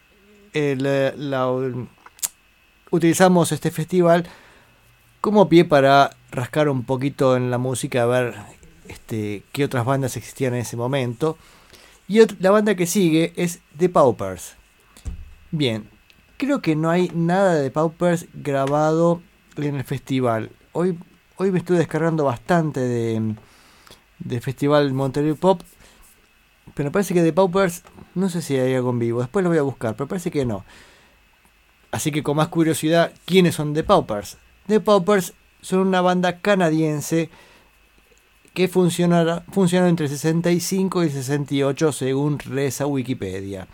utilizamos este festival como pie para rascar un poquito en la música, a ver qué otras bandas existían en ese momento. Y la banda que sigue es The Paupers. Bien, creo que no hay nada de The Paupers grabado en el festival. Hoy me estuve descargando bastante de Festival Monterrey Pop, pero me parece que The Paupers, no sé si hay algo en vivo, después lo voy a buscar, pero parece que no. Así que con más curiosidad, ¿quiénes son The Paupers? The Paupers son una banda canadiense que funcionó entre 65 y 68 según reza Wikipedia.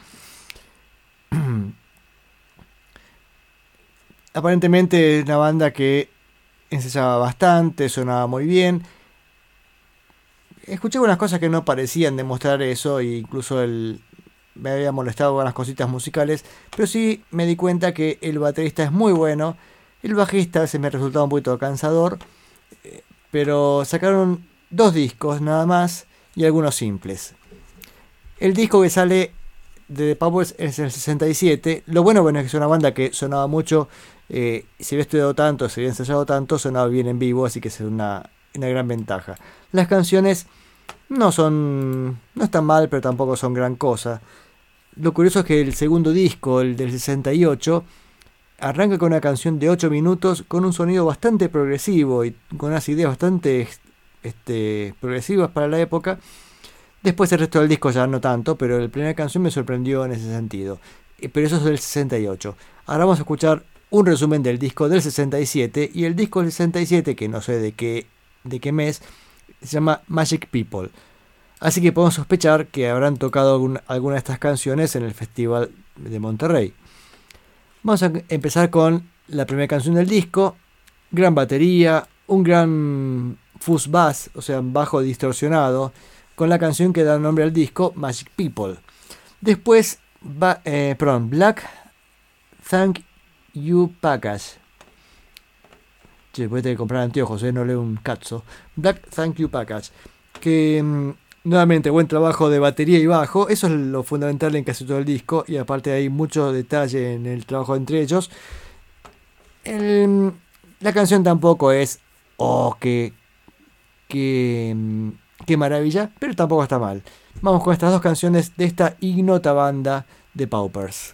Aparentemente es una banda que ensayaba bastante, sonaba muy bien. Escuché unas cosas que no parecían demostrar eso, e incluso me había molestado con las cositas musicales, pero sí me di cuenta que el baterista es muy bueno. El bajista a veces me resultaba un poquito cansador, pero sacaron 2 discos nada más y algunos simples. El disco que sale de The Paupers es el 67. Lo bueno es que es una banda que sonaba mucho, se había estudiado tanto, se había ensayado tanto, sonaba bien en vivo, así que es una gran ventaja. Las canciones no están mal, pero tampoco son gran cosa. Lo curioso es que el segundo disco, el del 68, arranca con una canción de 8 minutos con un sonido bastante progresivo y con unas ideas bastante progresivas para la época. Después el resto del disco ya no tanto, pero la primera canción me sorprendió en ese sentido. Pero eso es del 68. Ahora vamos a escuchar un resumen del disco del 67, y el disco del 67, que no sé de qué mes, se llama Magic People. Así que podemos sospechar que habrán tocado alguna de estas canciones en el Festival de Monterrey. Vamos a empezar con la primera canción del disco. Gran batería, un gran fuzz bass, o sea, bajo distorsionado, con la canción que da nombre al disco, Magic People. Después, Black Thank You Package. Che, voy a tener que comprar anteojos, no leo un cazzo. Black Thank You Package. Que nuevamente buen trabajo de batería y bajo. Eso es lo fundamental en casi todo el disco. Y aparte hay mucho detalle en el trabajo entre ellos. La canción tampoco es qué maravilla, pero tampoco está mal. Vamos con estas 2 canciones de esta ignota banda de Paupers.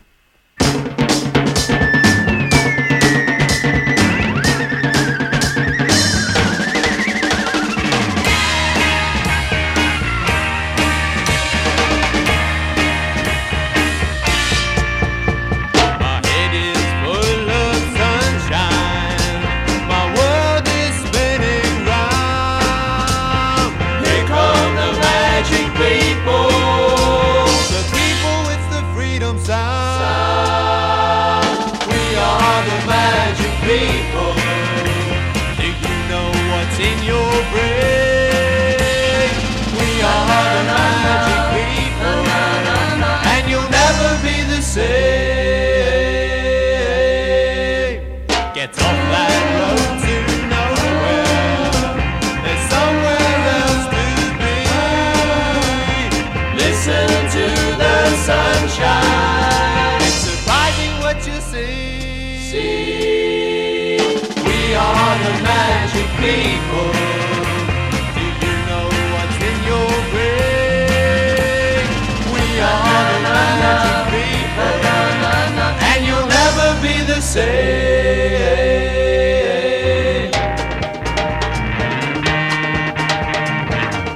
People, do you know what's in your brain? We are the magic people, and you'll never be the same.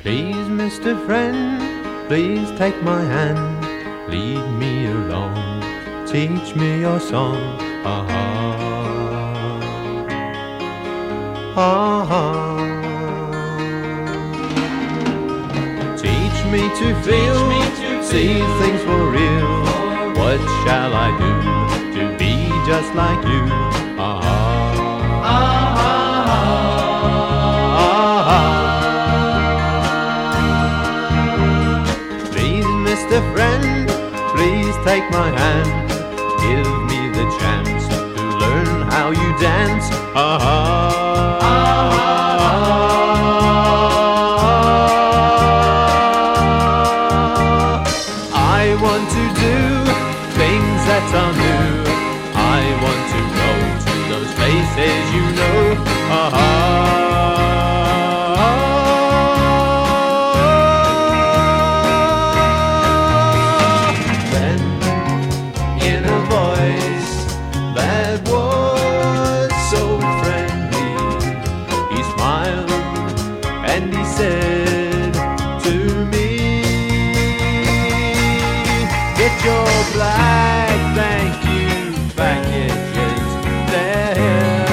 Please, Mr. Friend, please take my hand, lead me along, teach me your song. Teach me to feel, see things for real. What shall I do to be just like you? Please, Mr. Friend, please take my hand, give me the chance to learn how you dance. I want to do things that are new. I want to go to those places you know. Then, in a voice that was so friendly, he smiled and he said to me, "Get your black thank you packages there.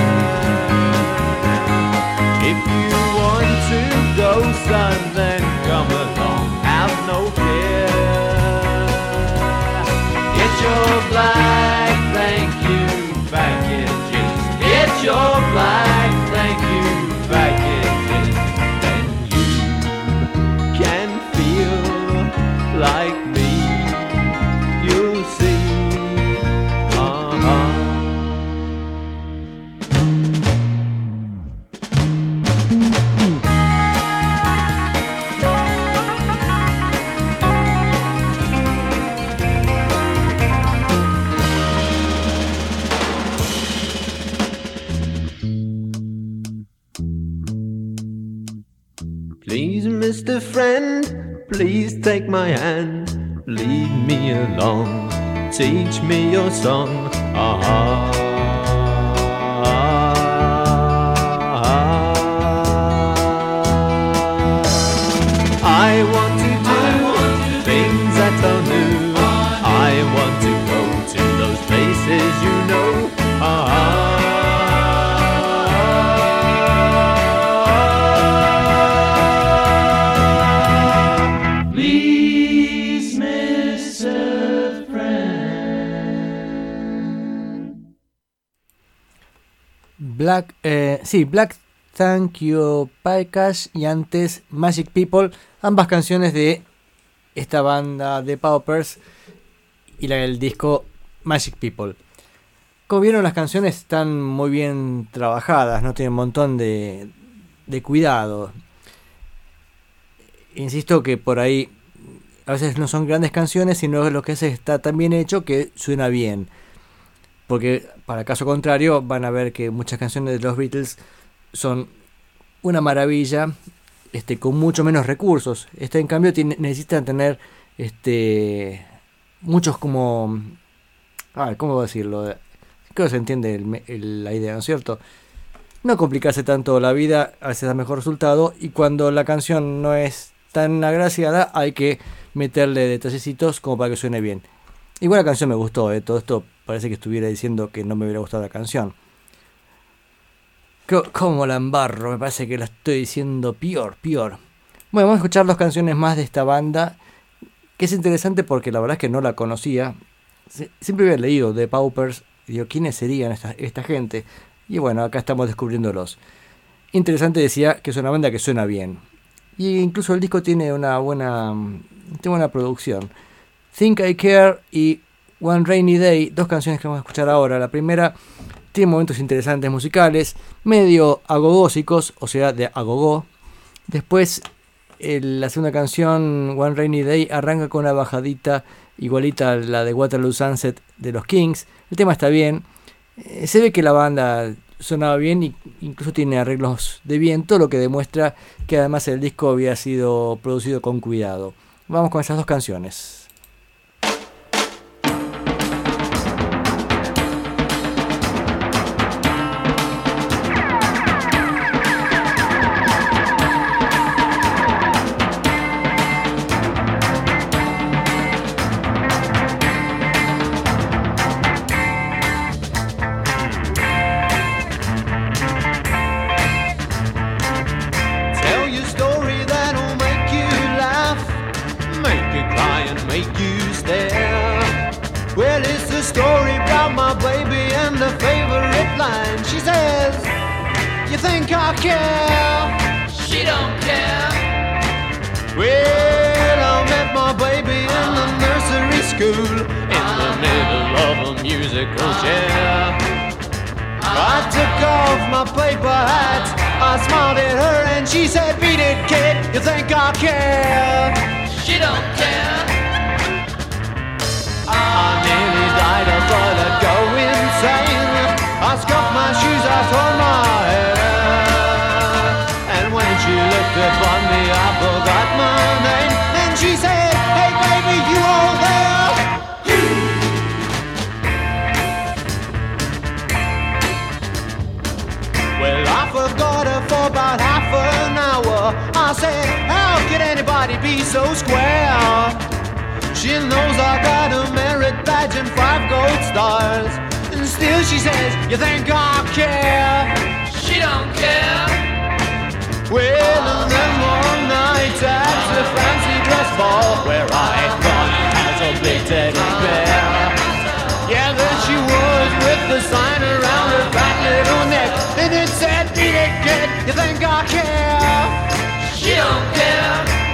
If you want to go, son, then come along, have no fear. Get your black thank you packages. Get your black thank you packages. Then you can feel like me. You'll see. Please, Mr. Friend, please take my hand, lead me along, teach me your song. I want to do things that are new. I want to go to those places you know. Please, Mr. Black Thank You Package y antes Magic People, ambas canciones de esta banda de Paupers y la del disco Magic People. Como vieron, las canciones están muy bien trabajadas, no tienen un montón de cuidado. Insisto que por ahí a veces no son grandes canciones, sino lo que hace está tan bien hecho que suena bien. Porque para caso contrario van a ver que muchas canciones de los Beatles son una maravilla, con mucho menos recursos. En cambio necesitan tener muchos como... ¿cómo decirlo? Creo que se entiende la idea, ¿no es cierto? No complicarse tanto la vida, a veces da mejor resultado, y cuando la canción no es tan agraciada hay que meterle detallecitos como para que suene bien. Igual la canción me gustó, todo esto parece que estuviera diciendo que no me hubiera gustado la canción. ¿Cómo la embarro? Me parece que la estoy diciendo peor. Bueno, vamos a escuchar dos canciones más de esta banda, que es interesante porque la verdad es que no la conocía. Siempre había leído de Paupers y digo, ¿quiénes serían esta gente? Y bueno, acá estamos descubriéndolos. Interesante, decía que es una banda que suena bien. Y incluso el disco tiene una buena producción. Think I Care y One Rainy Day, dos canciones que vamos a escuchar ahora. La primera tiene momentos interesantes musicales, medio agogósicos, o sea, de agogó. Después, la segunda canción, One Rainy Day, arranca con una bajadita igualita a la de Waterloo Sunset de los Kings. El tema está bien. Se ve que la banda sonaba bien e incluso tiene arreglos de viento, lo que demuestra que además el disco había sido producido con cuidado. Vamos con esas dos canciones. a story about my baby and a favorite line. She says, you think I care? She don't care. Well, I met my baby in the nursery school in the middle of a musical chair. I took off my paper hat, I smiled at her and she said, beat it, kid, you think I care? She don't care. I nearly died, I thought I'd go insane. I scuffed my shoes, I tore my hair. And when she looked upon me, I forgot my name. And she said, hey baby, you all there? Well, I forgot her for about half an hour. I said, how could anybody be so square? She knows I got a merit badge and 5 gold stars. And still she says, you think I care? She don't care. Well, and then one night at the fancy dress ball, where I thought as a big teddy bear. Yeah, there she was with the sign around her fat little neck, and it said, beat it, kid, you think I care? She don't care.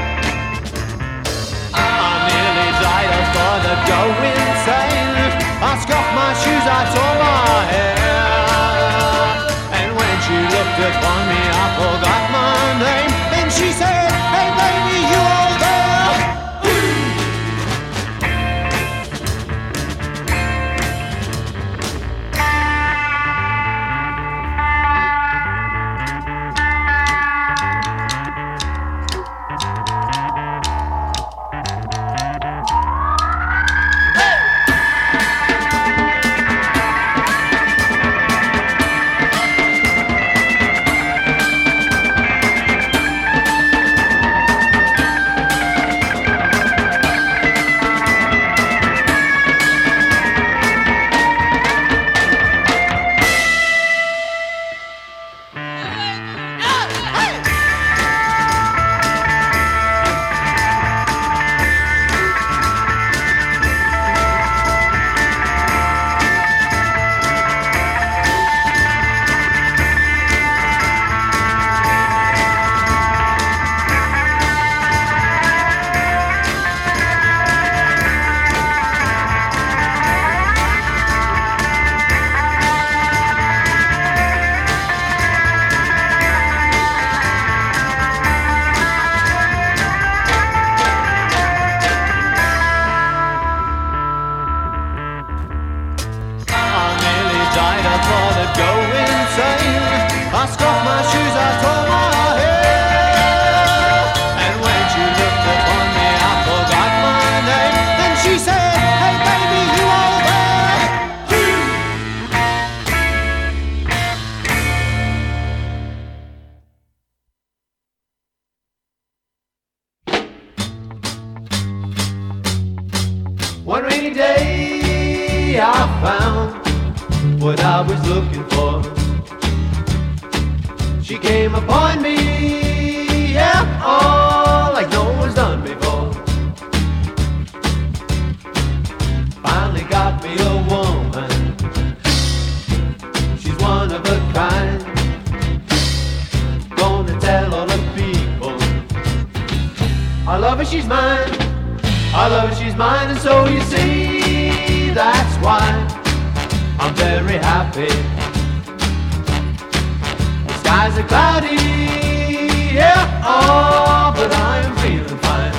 I nearly died, I thought I'd go insane. I scuffed my shoes, I tore my hair. And when she looked upon me, I forgot my name. And she said, hey baby, you all there? One rainy day I found what I was looking for. She came upon me, yeah, all like no one's done before. Finally got me a woman, she's one of a kind. Gonna tell all the people, I love her, she's mine. I love her, she's mine, and so you see, that's why I'm very happy. The skies are cloudy, yeah, oh, but I am feeling fine.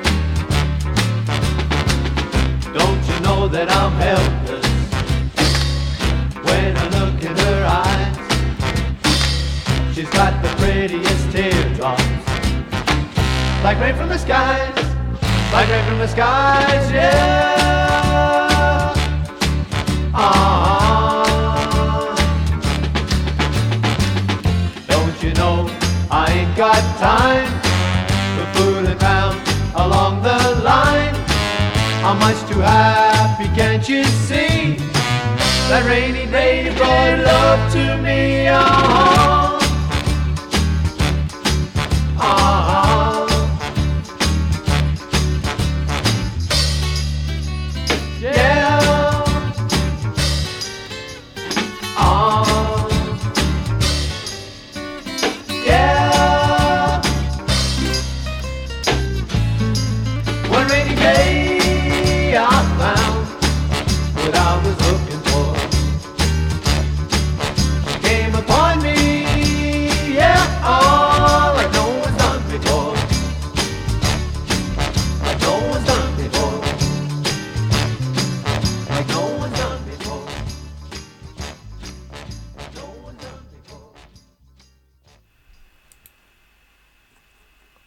Don't you know that I'm helpless when I look in her eyes? She's got the prettiest teardrops, like rain from the skies. Like rain from the skies, yeah. Don't you know I ain't got time for fooling around along the line? I'm much too happy, can't you see? That rainy day brought love to me,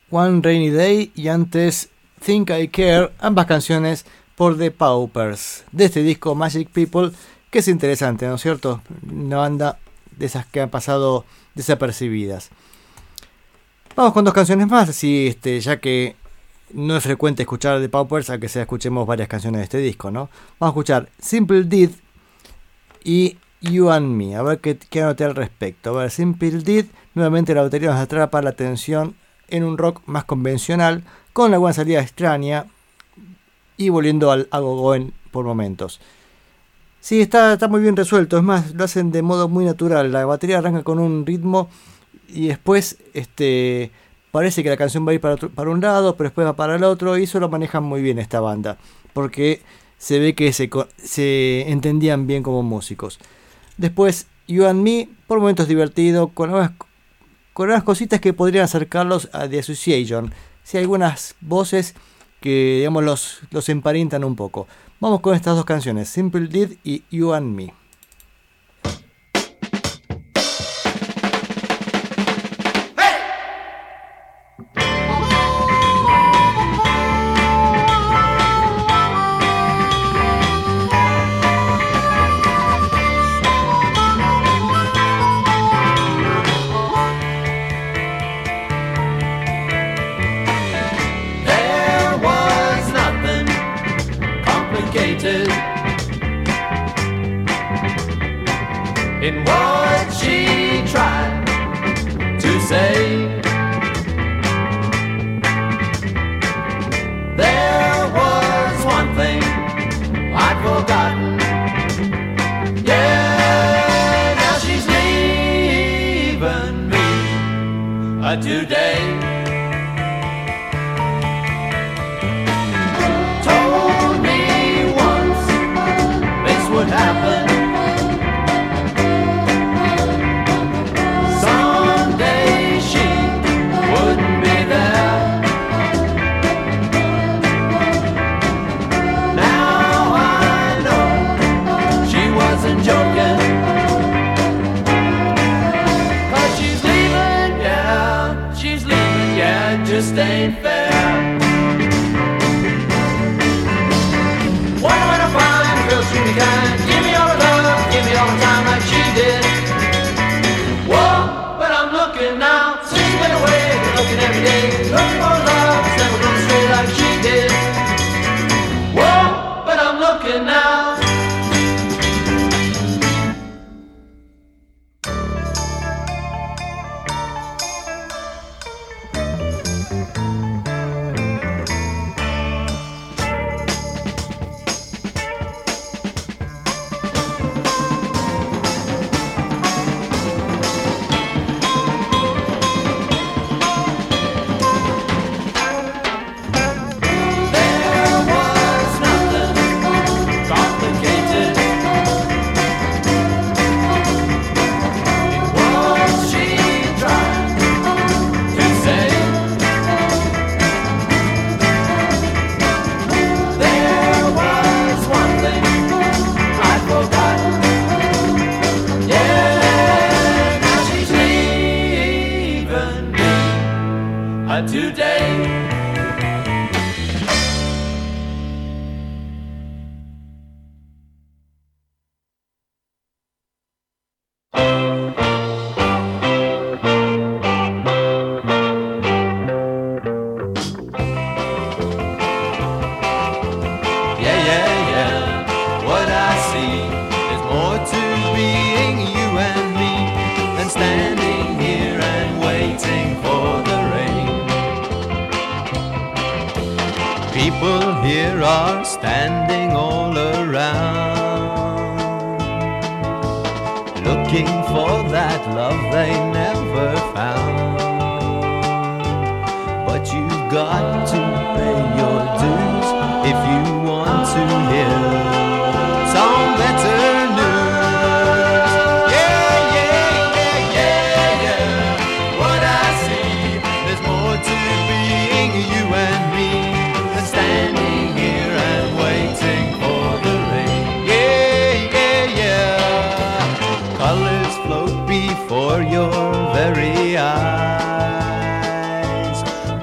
One Rainy Day y antes Think I Care, ambas canciones por The Paupers, de este disco Magic People, que es interesante, ¿no es cierto? Una banda de esas que han pasado desapercibidas. Vamos con dos canciones más, así ya que no es frecuente escuchar The Paupers, a que sea escuchemos varias canciones de este disco, ¿no? Vamos a escuchar Simple Did y You and Me, a ver qué anoté al respecto. A ver, Simple Did, nuevamente la batería nos atrapa la atención en un rock más convencional, con alguna salida extraña y volviendo al go-go por momentos. Sí, está muy bien resuelto, es más, lo hacen de modo muy natural. La batería arranca con un ritmo y después parece que la canción va a ir para un lado, pero después va para el otro, y eso lo manejan muy bien esta banda, porque se ve que se entendían bien como músicos. Después You and Me, por momentos divertido, con unas cositas que podrían acercarlos a The Association. Sí, hay algunas voces que, digamos, los emparentan un poco. Vamos con estas dos canciones, Simple Did y You and Me. In what she tried to say, there was one thing I'd forgotten. Yeah, now she's leaving me today. Told me once this would happen. Just ain't fair. Why do I find girls treat me kind? Give me all the love, give me all the time like she did. Whoa, but I'm looking now. Since she went away, been looking every day, looking for love, it's never gonna stray like she did. Whoa, but I'm looking now.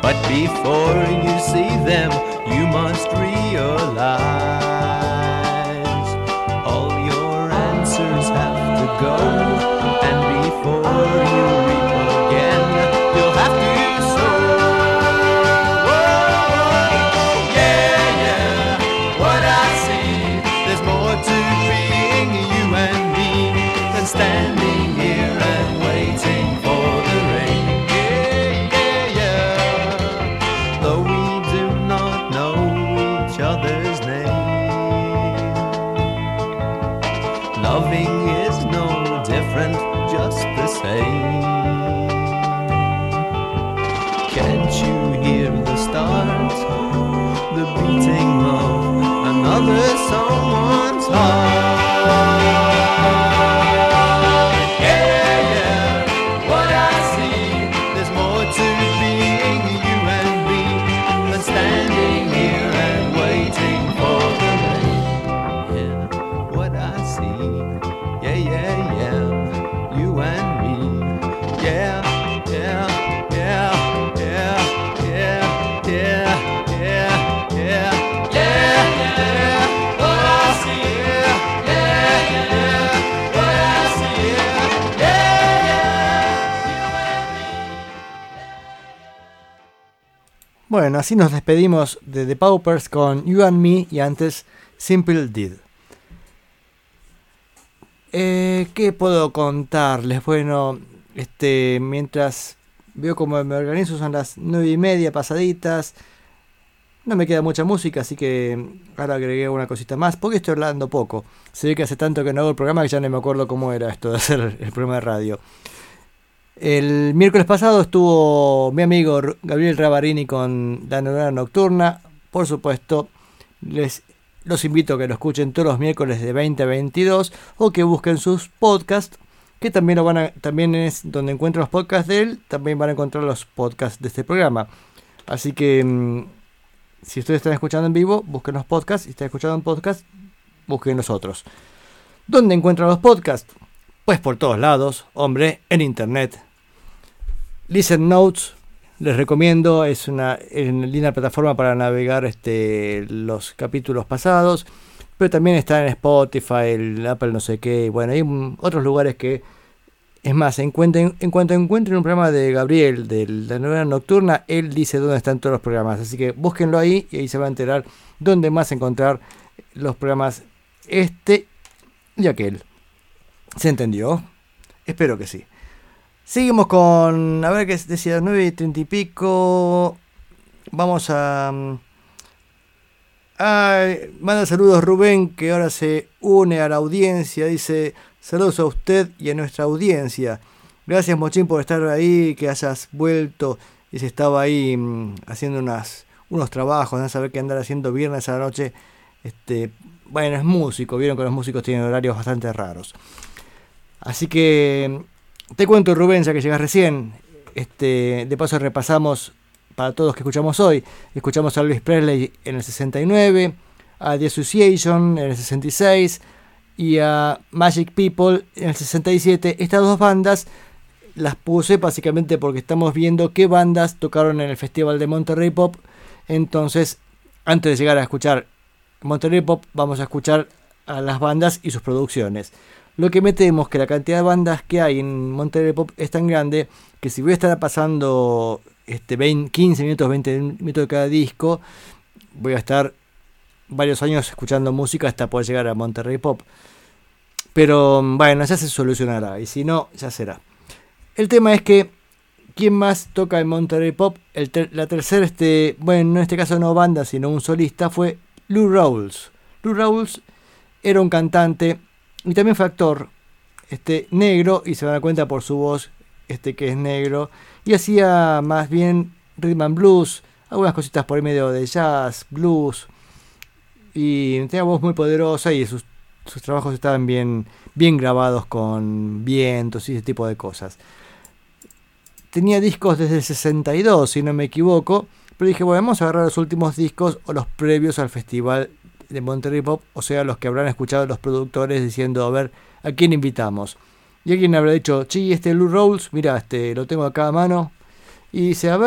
But before you see them, you must realize all your answers have to go, and before you reap again, you'll have to sow. Oh, yeah, yeah, what I see, there's more to being you and me than standing here and waiting for the rain. Yeah, yeah, yeah, though we do not know each other's name, loving is no different, just the same. Can't you hear the start, the beating of another someone's heart? Yeah, yeah, what I see, there's more to being you and me than standing here and waiting for the rain. Yeah, what I see, yeah, yeah, yeah, you and me. Yeah, yeah, yeah, yeah, yeah, yeah, yeah, yeah, yeah, yeah, what I see, yeah, yeah, yeah, what I see, yeah, yeah, yeah. Bueno, así nos despedimos de The Paupers con You and Me y antes Simple Did. ¿Qué puedo contarles? Bueno, mientras veo cómo me organizo, son las 9:30 pasaditas. No me queda mucha música, así que ahora agregué una cosita más, porque estoy hablando poco. Se ve que hace tanto que no hago el programa que ya no me acuerdo cómo era esto de hacer el programa de radio. El miércoles pasado estuvo mi amigo Gabriel Ravarini con La Neurona Nocturna. Por supuesto, los invito a que lo escuchen todos los miércoles de 20 a 22 o que busquen sus podcasts, que también también es donde encuentran los podcasts de él, también van a encontrar los podcasts de este programa. Así que si ustedes están escuchando en vivo, busquen los podcasts. Si están escuchando en podcast, busquen los otros. ¿Dónde encuentran los podcasts? Pues por todos lados, hombre, en internet. Listen Notes, les recomiendo, es una linda plataforma para navegar los capítulos pasados, pero también está en Spotify, el Apple no sé qué, bueno, hay otros lugares que, es más, en cuanto encuentren un programa de Gabriel, de La Neurona Nocturna, él dice dónde están todos los programas, así que búsquenlo ahí y ahí se va a enterar dónde más encontrar los programas y aquel. ¿Se entendió? Espero que sí. Seguimos con, a ver qué decía, 9:30 y pico. Vamos a... manda saludos Rubén, que ahora se une a la audiencia. Dice, saludos a usted y a nuestra audiencia. Gracias Mochín por estar ahí, que hayas vuelto. Y se estaba ahí haciendo unos trabajos, no saber qué andar haciendo viernes a la noche. Bueno, es músico, vieron que los músicos tienen horarios bastante raros. Así que te cuento, Rubén, ya que llegas recién. De paso repasamos para todos que escuchamos hoy. Escuchamos a Elvis Presley en el 69, a The Association en el 66 y a Magic People en el 67. Estas dos bandas las puse básicamente porque estamos viendo qué bandas tocaron en el Festival de Monterrey Pop. Entonces, antes de llegar a escuchar Monterrey Pop, vamos a escuchar a las bandas y sus producciones. Lo que metemos que la cantidad de bandas que hay en Monterrey Pop es tan grande que si voy a estar pasando 15 minutos, 20 minutos de cada disco, voy a estar varios años escuchando música hasta poder llegar a Monterrey Pop. Pero bueno, ya se solucionará y si no, ya será. El tema es que ¿quién más toca en Monterrey Pop? La tercera, bueno, en este caso no banda, sino un solista, fue Lou Rawls. Lou Rawls era un cantante y también fue actor, negro, y se van a dar cuenta por su voz, que es negro, y hacía más bien rhythm and blues, algunas cositas por el medio de jazz, blues, y tenía voz muy poderosa y sus trabajos estaban bien grabados con vientos y ese tipo de cosas. Tenía discos desde el 62, si no me equivoco, pero dije, bueno, vamos a agarrar los últimos discos o los previos al festival de Monterrey Pop, o sea, los que habrán escuchado los productores diciendo, a ver, ¿a quién invitamos? Y alguien habrá dicho, sí, Lou Rawls, mira, lo tengo acá a mano. Y dice, a ver,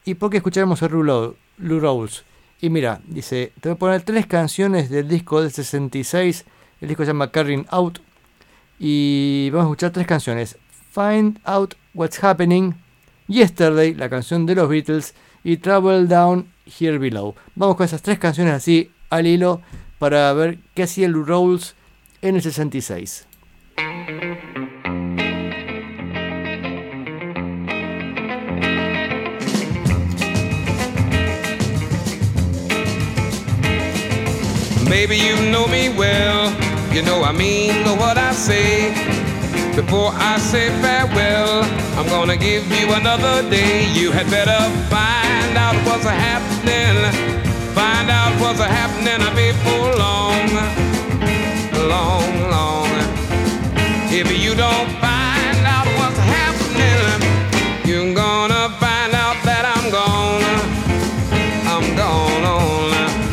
¿y por qué escucharemos a Lou Rawls? Y mira, dice, te voy a poner 3 canciones del disco del 66. El disco se llama Carrying Out. Y vamos a escuchar 3 canciones. Find Out What's Happening, Yesterday, la canción de los Beatles, y Travel Down Here Below. Vamos con esas 3 canciones así al hilo para ver qué hacía Lou Rawls en el 66. Maybe you know me well, you know I mean what I say. Before I say farewell, I'm gonna give you another day. You had better find out what's happening. Find out what's happening before long, long, long. If you don't find out what's happening, you're gonna find out that I'm gone on.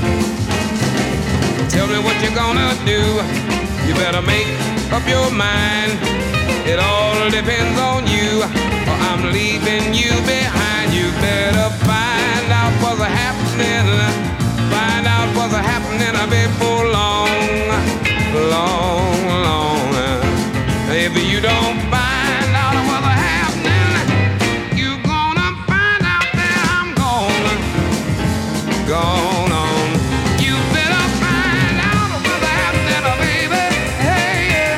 Tell me what you're gonna do. You better make up your mind. It all depends on you, or I'm leaving you behind. You better find out what's happening. Find out what's happening before long, long, long. If you don't find out what's happening, you're gonna find out that I'm gone on. You better find out what's happening, baby. Hey, yeah.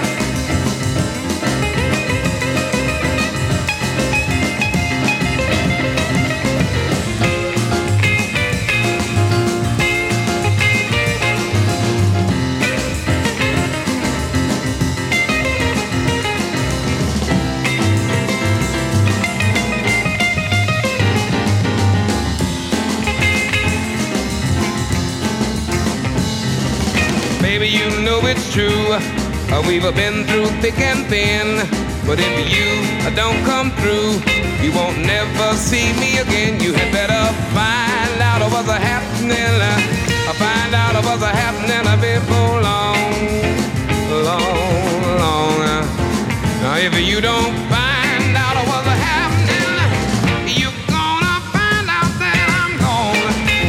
Baby, you know it's true. We've been through thick and thin. But if you don't come through, you won't never see me again. You had better find out what's happening. Find out what's happening before long, long, long. Now if you don't find out what's happening, you're gonna find out that I'm gone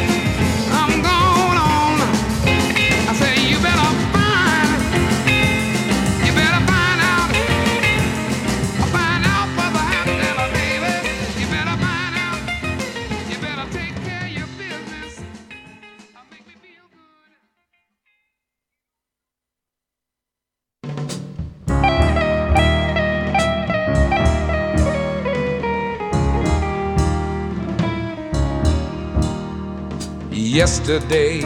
on. I say you better find out what's happening, baby. You better find out. You better take care of your business. Make me feel good. Yesterday,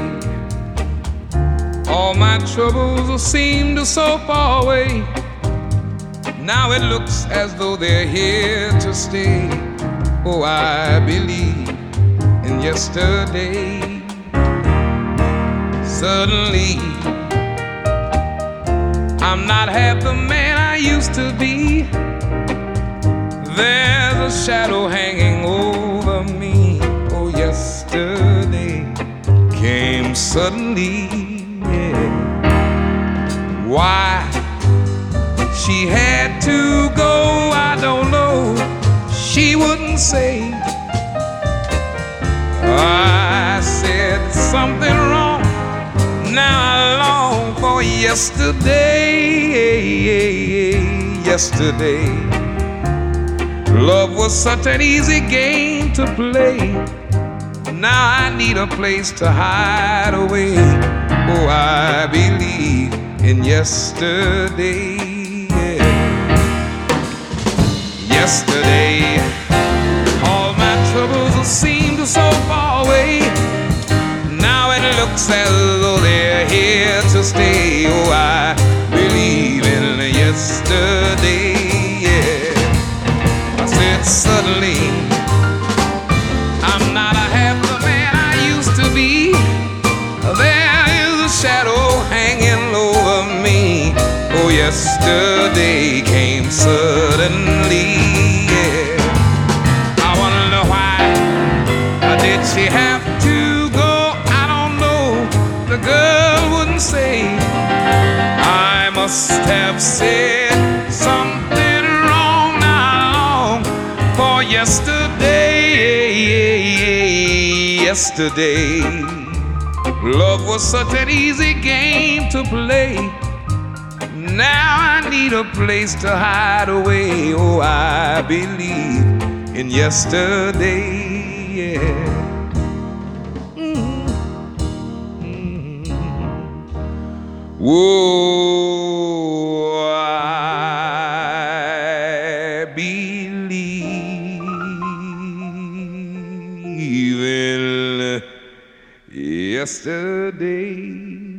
all my troubles seemed so far away. Now it looks as though they're here to stay. Oh, I believe in yesterday. Suddenly, I'm not half the man I used to be. There's a shadow hanging over me. Oh, yesterday came suddenly, yeah. Why she had to go, I don't know. She wouldn't say. I said something wrong. Now I long for yesterday. Yesterday, love was such an easy game to play. Now I need a place to hide away. Oh, I believe in yesterday. Yeah. Yesterday, all my troubles seemed so far away. Now it looks as though they're here to stay. Oh, I believe in yesterday. Yeah. I said suddenly, I'm not a half the man I used to be. There is a shadow hanging over me. Oh, yesterday came suddenly, yeah. I wonder why did she have to go? I don't know. The girl wouldn't say. I must have said something wrong. Now I long for yesterday. yesterday. Love was such an easy game to play. Now I need a place to hide away. Oh, I believe in yesterday, yeah. Whoa, I believe in yesterday.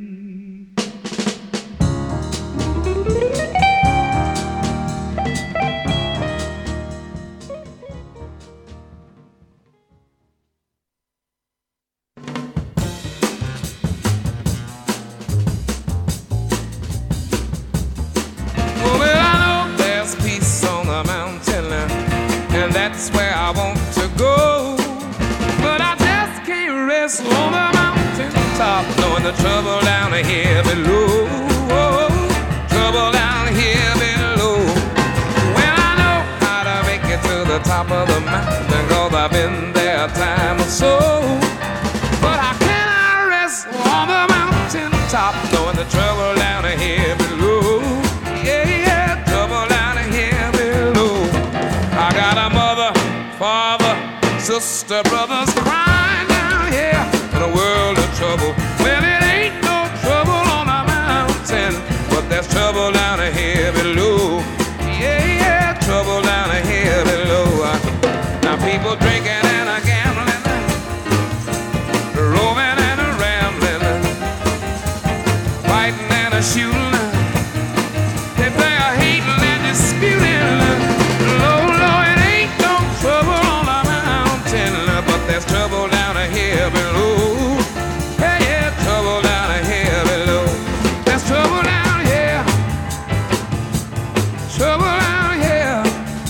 That's where I want to go, but I just can't rest on the mountain top, knowing the trouble down here below. Trouble down here below. Well, I know how to make it to the top of the mountain, 'cause I've been there a time or so. But how can I rest on the mountain top, knowing the trouble down here below? Yeah, trouble down here below. I got a mother, father, sister, brothers crying down here in a world of trouble. Well, it ain't no trouble on the mountain, but there's trouble down here below. Yeah, trouble down here below. Now people drinking and a gambling, roving and a rambling, fighting and a shooting. They play a hating and disputing. There's trouble down here below. Yeah, yeah, trouble down here below. There's trouble down here. Trouble down here.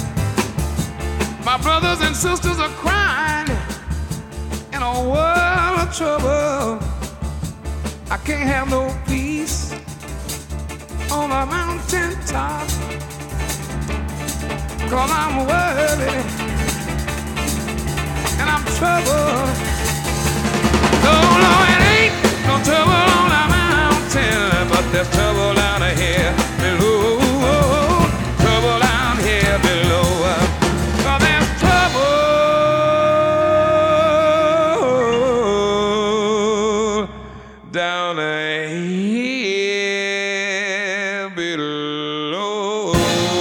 My brothers and sisters are crying in a world of trouble. I can't have no peace on the mountain top, 'cause I'm worried and I'm troubled. No, no, it ain't no trouble on the mountain, but there's trouble down here below. Trouble down here below. Oh, there's trouble down here below.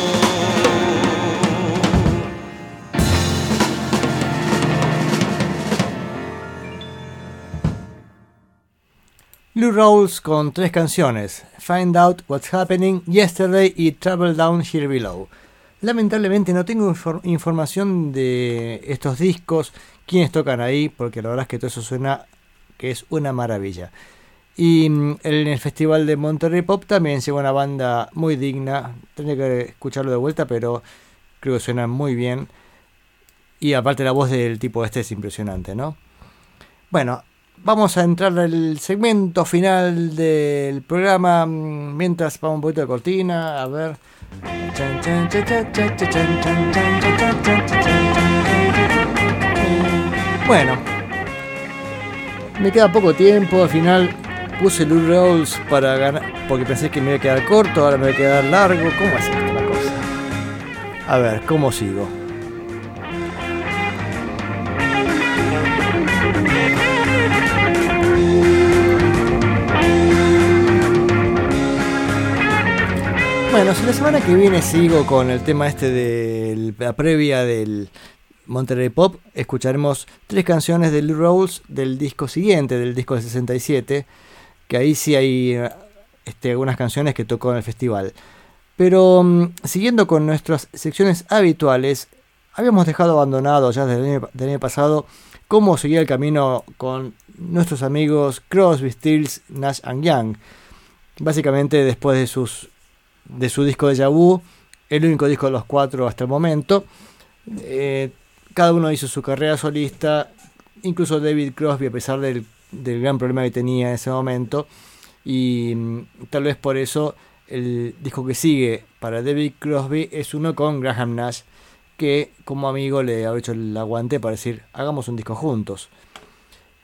Lou Rawls con 3 canciones: Find Out What's Happening, Yesterday y Trouble Down Here Below. Lamentablemente no tengo información de estos discos, quiénes tocan ahí, porque la verdad es que todo eso suena que es una maravilla. Y en el Festival de Monterrey Pop también llegó una banda muy digna. Tendría que escucharlo de vuelta, pero creo que suena muy bien. Y aparte la voz del tipo este es impresionante, ¿no? Bueno, vamos a entrar al segmento final del programa. Mientras vamos un poquito de cortina, a ver. Bueno, me queda poco tiempo. Al final puse Lou Rawls para ganar, porque pensé que me iba a quedar corto, ahora me va a quedar largo. ¿Cómo es esta la cosa? A ver, ¿cómo sigo? Bueno, si la semana que viene sigo con el tema este de la previa del Monterrey Pop, escucharemos 3 canciones de Lou Rawls del disco siguiente, del disco del 67, que ahí sí hay algunas canciones que tocó en el festival. Pero siguiendo con nuestras secciones habituales, habíamos dejado abandonado ya desde el año pasado cómo seguir el camino con nuestros amigos Crosby, Stills, Nash & Young. Básicamente después de su disco Deja Vu, el único disco de los 4 hasta el momento. Cada uno hizo su carrera solista, incluso David Crosby, a pesar del gran problema que tenía en ese momento, y tal vez por eso el disco que sigue para David Crosby es uno con Graham Nash, que como amigo le ha hecho el aguante para decir, hagamos un disco juntos.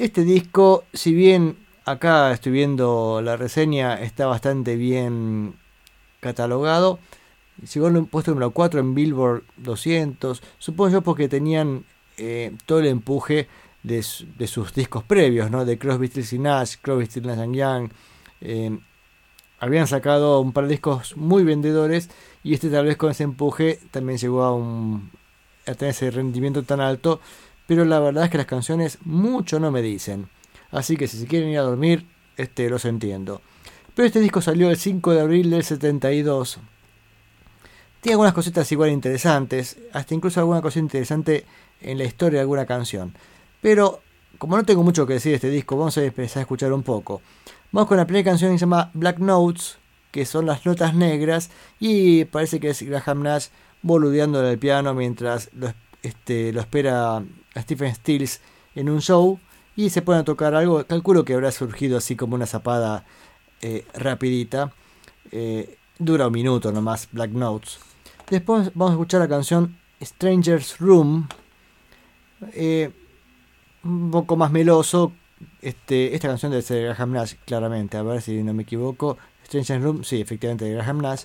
Este disco, si bien acá estoy viendo la reseña, está bastante bien catalogado, llegó al puesto número 4 en Billboard 200, supongo yo porque tenían todo el empuje de sus discos previos, ¿no? De Crosby, Stills y Nash, Crosby, Stills, Nash & Young. Habían sacado un par de discos muy vendedores y este tal vez con ese empuje también llegó a tener ese rendimiento tan alto, pero la verdad es que las canciones mucho no me dicen, así que si se quieren ir a dormir, los entiendo. Pero este disco salió el 5 de abril del 72. Tiene algunas cositas igual interesantes, hasta incluso alguna cosa interesante en la historia de alguna canción. Pero como no tengo mucho que decir de este disco, vamos a empezar a escuchar un poco. Vamos con la primera canción que se llama Black Notes, que son las notas negras, y parece que es Graham Nash boludeando el piano mientras lo espera a Stephen Stills en un show, y se pone a tocar algo, calculo que habrá surgido así como una zapada rapidita. Dura un minuto nomás, Black Notes. Después vamos a escuchar la canción Stranger's Room, un poco más meloso. Esta canción debe ser de Graham Nash, claramente, a ver si no me equivoco. Stranger's Room, sí, efectivamente de Graham Nash.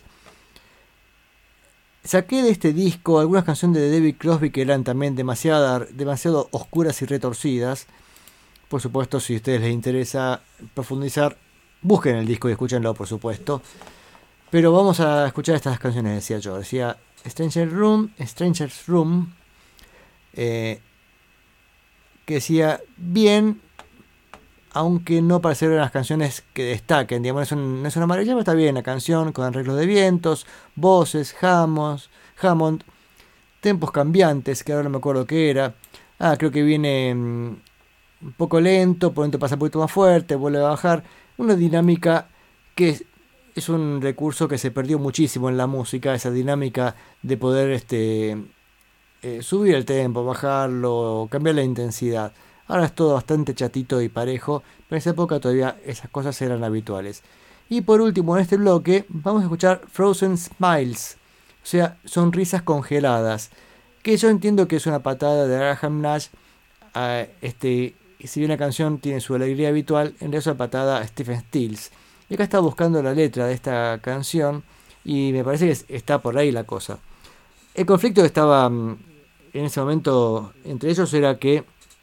Saqué de este disco algunas canciones de David Crosby que eran también demasiado oscuras y retorcidas. Por supuesto, si a ustedes les interesa profundizar, busquen el disco y escúchenlo, por supuesto. Pero vamos a escuchar estas canciones, decía yo. Decía Stranger's Room, que decía bien, aunque no parecieron las canciones que destaquen, digamos, no es una maravilla, pero está bien la canción, con arreglos de vientos, voces, Hammond, tempos cambiantes, que ahora no me acuerdo qué era. Creo que viene un poco lento, por dentro pasa un poquito más fuerte, vuelve a bajar. Una dinámica que es un recurso que se perdió muchísimo en la música, esa dinámica de poder subir el tempo, bajarlo, cambiar la intensidad. Ahora es todo bastante chatito y parejo, pero en esa época todavía esas cosas eran habituales. Y por último, en este bloque, vamos a escuchar Frozen Smiles, o sea, sonrisas congeladas, que yo entiendo que es una patada de Graham Nash. Si bien la canción tiene su alegría habitual, en realidad es una patada a Stephen Stills. Y acá estaba buscando la letra de esta canción y me parece que está por ahí la cosa. El conflicto que estaba en ese momento entre ellos era que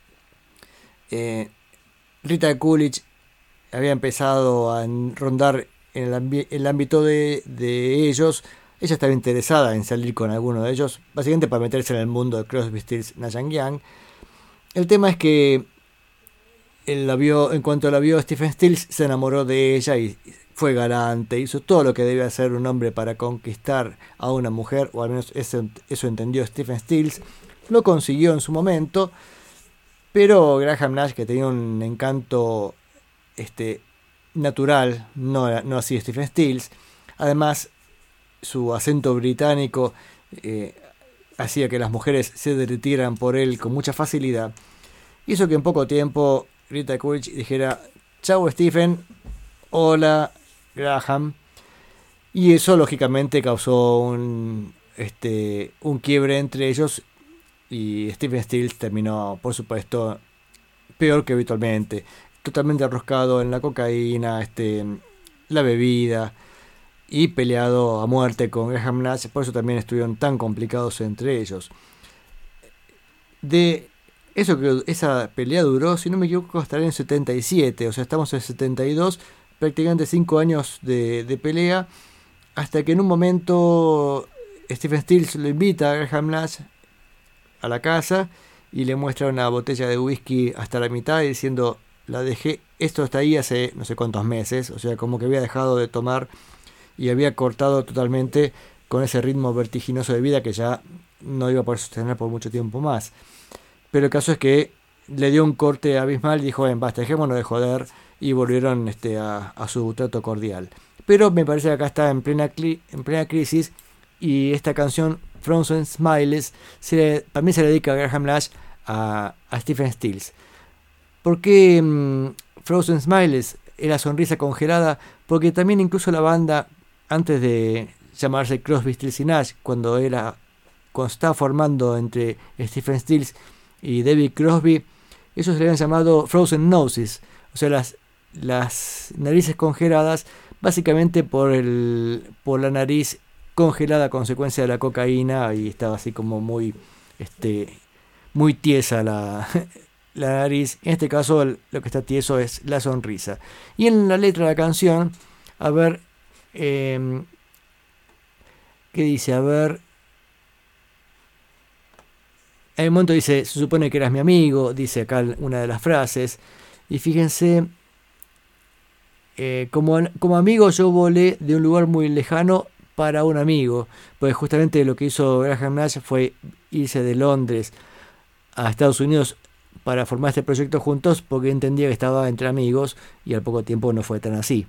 Rita Coolidge había empezado a rondar en el ámbito de ellos. Ella estaba interesada en salir con alguno de ellos, básicamente para meterse en el mundo de Crosby, Stills, Nash & Young. El tema es que en cuanto la vio Stephen Stills, se enamoró de ella y fue galante, hizo todo lo que debe hacer un hombre para conquistar a una mujer, o al menos eso entendió Stephen Stills. Lo consiguió en su momento, pero Graham Nash, que tenía un encanto natural, no así Stephen Stills, además su acento británico hacía que las mujeres se derritieran por él con mucha facilidad, hizo que en poco tiempo Rita Coolidge dijera chau Stephen, hola Graham, y eso lógicamente causó un quiebre entre ellos, y Stephen Stills terminó, por supuesto, peor que habitualmente, totalmente arroscado en la cocaína, la bebida, y peleado a muerte con Graham Nash. Por eso también estuvieron tan complicados entre ellos. Esa pelea duró, si no me equivoco, hasta el año 77, o sea, estamos en el 72, prácticamente 5 años de pelea, hasta que en un momento Stephen Stills lo invita a Graham Nash a la casa y le muestra una botella de whisky hasta la mitad y diciendo, la dejé, esto hasta ahí hace no sé cuántos meses, o sea, como que había dejado de tomar y había cortado totalmente con ese ritmo vertiginoso de vida que ya no iba a poder sostener por mucho tiempo más. Pero el caso es que le dio un corte abismal y dijo, basta, dejémonos de joder, y volvieron a su trato cordial. Pero me parece que acá está en plena crisis, y esta canción Frozen Smiles también se le dedica a Graham Nash a Stephen Stills. ¿Por qué Frozen Smiles era sonrisa congelada? Porque también incluso la banda, antes de llamarse Crosby, Stills y Nash, cuando estaba formando entre Stephen Stills y David Crosby, Ellos se le habían llamado Frozen Noses, o sea, las narices congeladas, básicamente por la nariz congelada a consecuencia de la cocaína, y estaba así como muy tiesa la nariz. En este caso lo que está tieso es la sonrisa. Y en la letra de la canción, a ver, ¿qué dice? A ver, en un momento dice, se supone que eras mi amigo, dice acá una de las frases. Y fíjense, como amigo yo volé de un lugar muy lejano para un amigo, pues justamente lo que hizo Graham Nash fue irse de Londres a Estados Unidos para formar este proyecto juntos, porque entendía que estaba entre amigos, y al poco tiempo no fue tan así.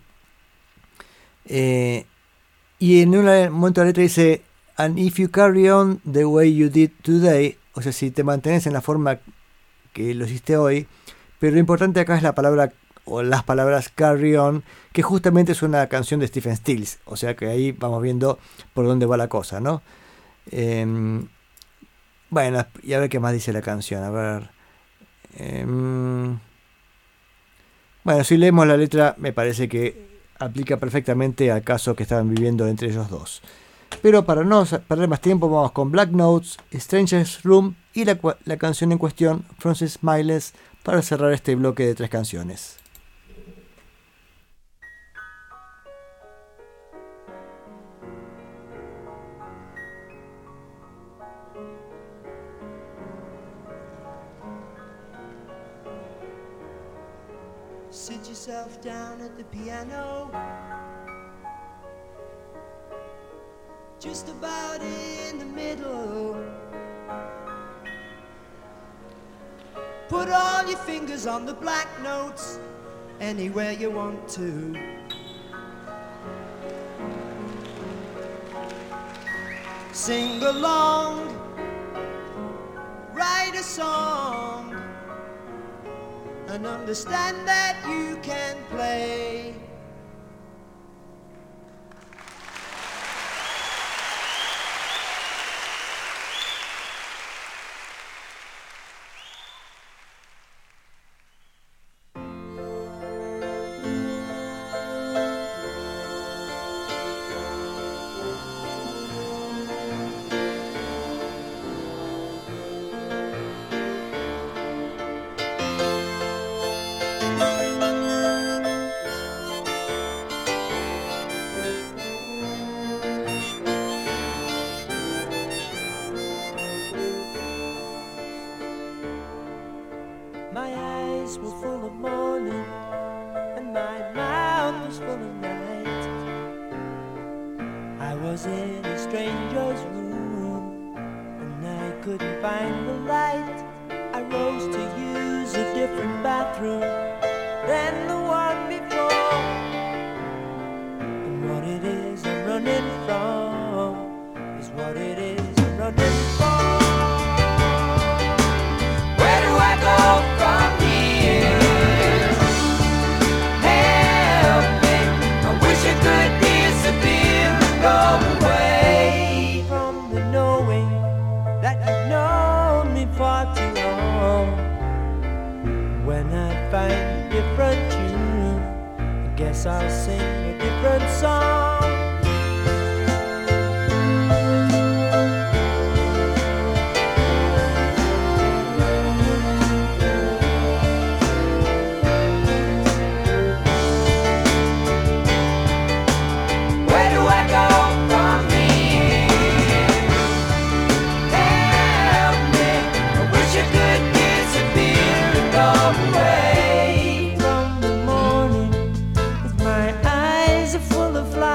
Y en un momento de la letra dice, and if you carry on the way you did today, o sea, si te mantienes en la forma que lo hiciste hoy, pero lo importante acá es la palabra o las palabras carry on, que justamente es una canción de Stephen Stills, o sea que ahí vamos viendo por dónde va la cosa, ¿no? Bueno, y a ver qué más dice la canción, a ver. Bueno, si leemos la letra, me parece que aplica perfectamente al caso que estaban viviendo entre ellos dos. Pero para no perder más tiempo, vamos con Black Notes, Stranger's Room y la canción en cuestión, Francis Miles, para cerrar este bloque de 3 canciones. Sit yourself down at the piano, just about in the middle. Put all your fingers on the black notes, anywhere you want to. Sing along, write a song, and understand that you can play. From the morning, with my eyes are full of light.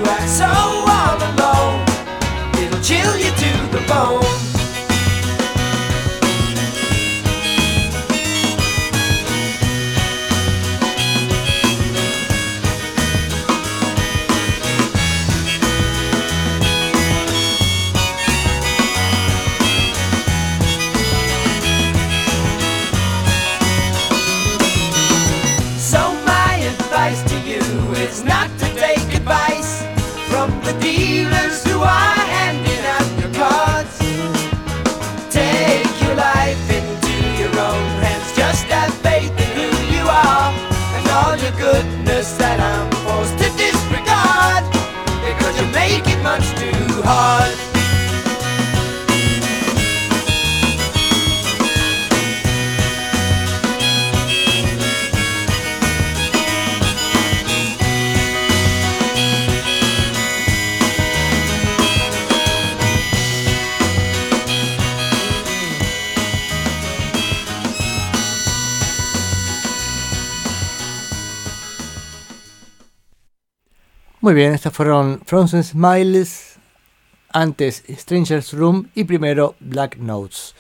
act so all alone. It'll chill you to the bone. It's not to take advice from the dealers who are handing out your cards. Take your life into your own hands. Just have faith in who you are and all your goodness that I'm forced to disregard because you make it much too hard. Muy bien, estas fueron Frozen Smiles, antes Stranger's Room y primero Black Notes.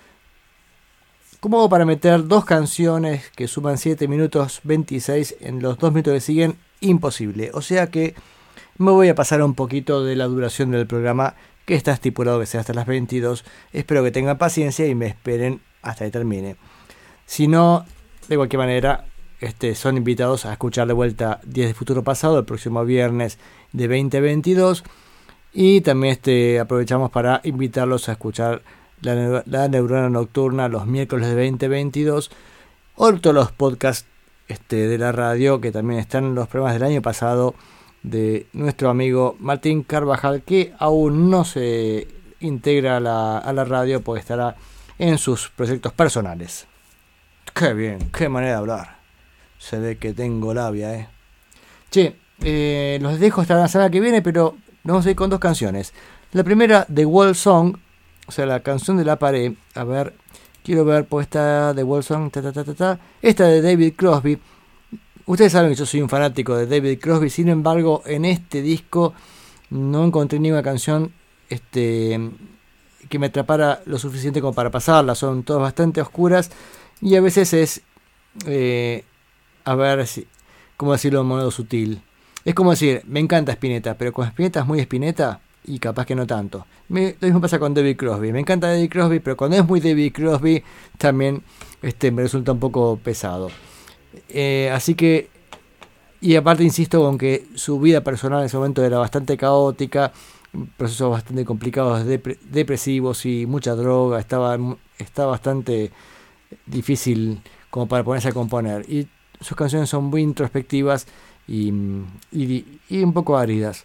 Como para meter dos canciones que suman 7 minutos 26 en los 2 minutos que siguen, imposible. O sea que me voy a pasar un poquito de la duración del programa, que está estipulado que sea hasta las 22. Espero que tengan paciencia y me esperen hasta que termine. Si no, de cualquier manera, son invitados a escuchar de vuelta 10 de Futuro Pasado el próximo viernes de 2022. Y también aprovechamos para invitarlos a escuchar la Neurona Nocturna los miércoles de 2022. O todos los podcasts de la radio, que también están en los programas del año pasado de nuestro amigo Martín Carvajal, que aún no se integra a la radio porque estará en sus proyectos personales. Qué bien, qué manera de hablar. Se ve que tengo labia, Che, los dejo hasta la semana que viene, pero nos vamos a ir con dos canciones. La primera, The Wall Song, o sea, la canción de la pared. A ver, quiero ver, pues está The Wall Song, esta de David Crosby. Ustedes saben que yo soy un fanático de David Crosby, sin embargo, en este disco no encontré ninguna canción que me atrapara lo suficiente como para pasarla. Son todas bastante oscuras y a veces es... a ver si, cómo decirlo de modo sutil. Es como decir, me encanta Spinetta, pero con Spinetta es muy Spinetta y capaz que no tanto. Lo mismo pasa con David Crosby. Me encanta David Crosby, pero cuando es muy David Crosby también me resulta un poco pesado. Así que, y aparte insisto con que su vida personal en ese momento era bastante caótica, procesos bastante complicados, depresivos y mucha droga. Estaba bastante difícil como para ponerse a componer. Y sus canciones son muy introspectivas y un poco áridas.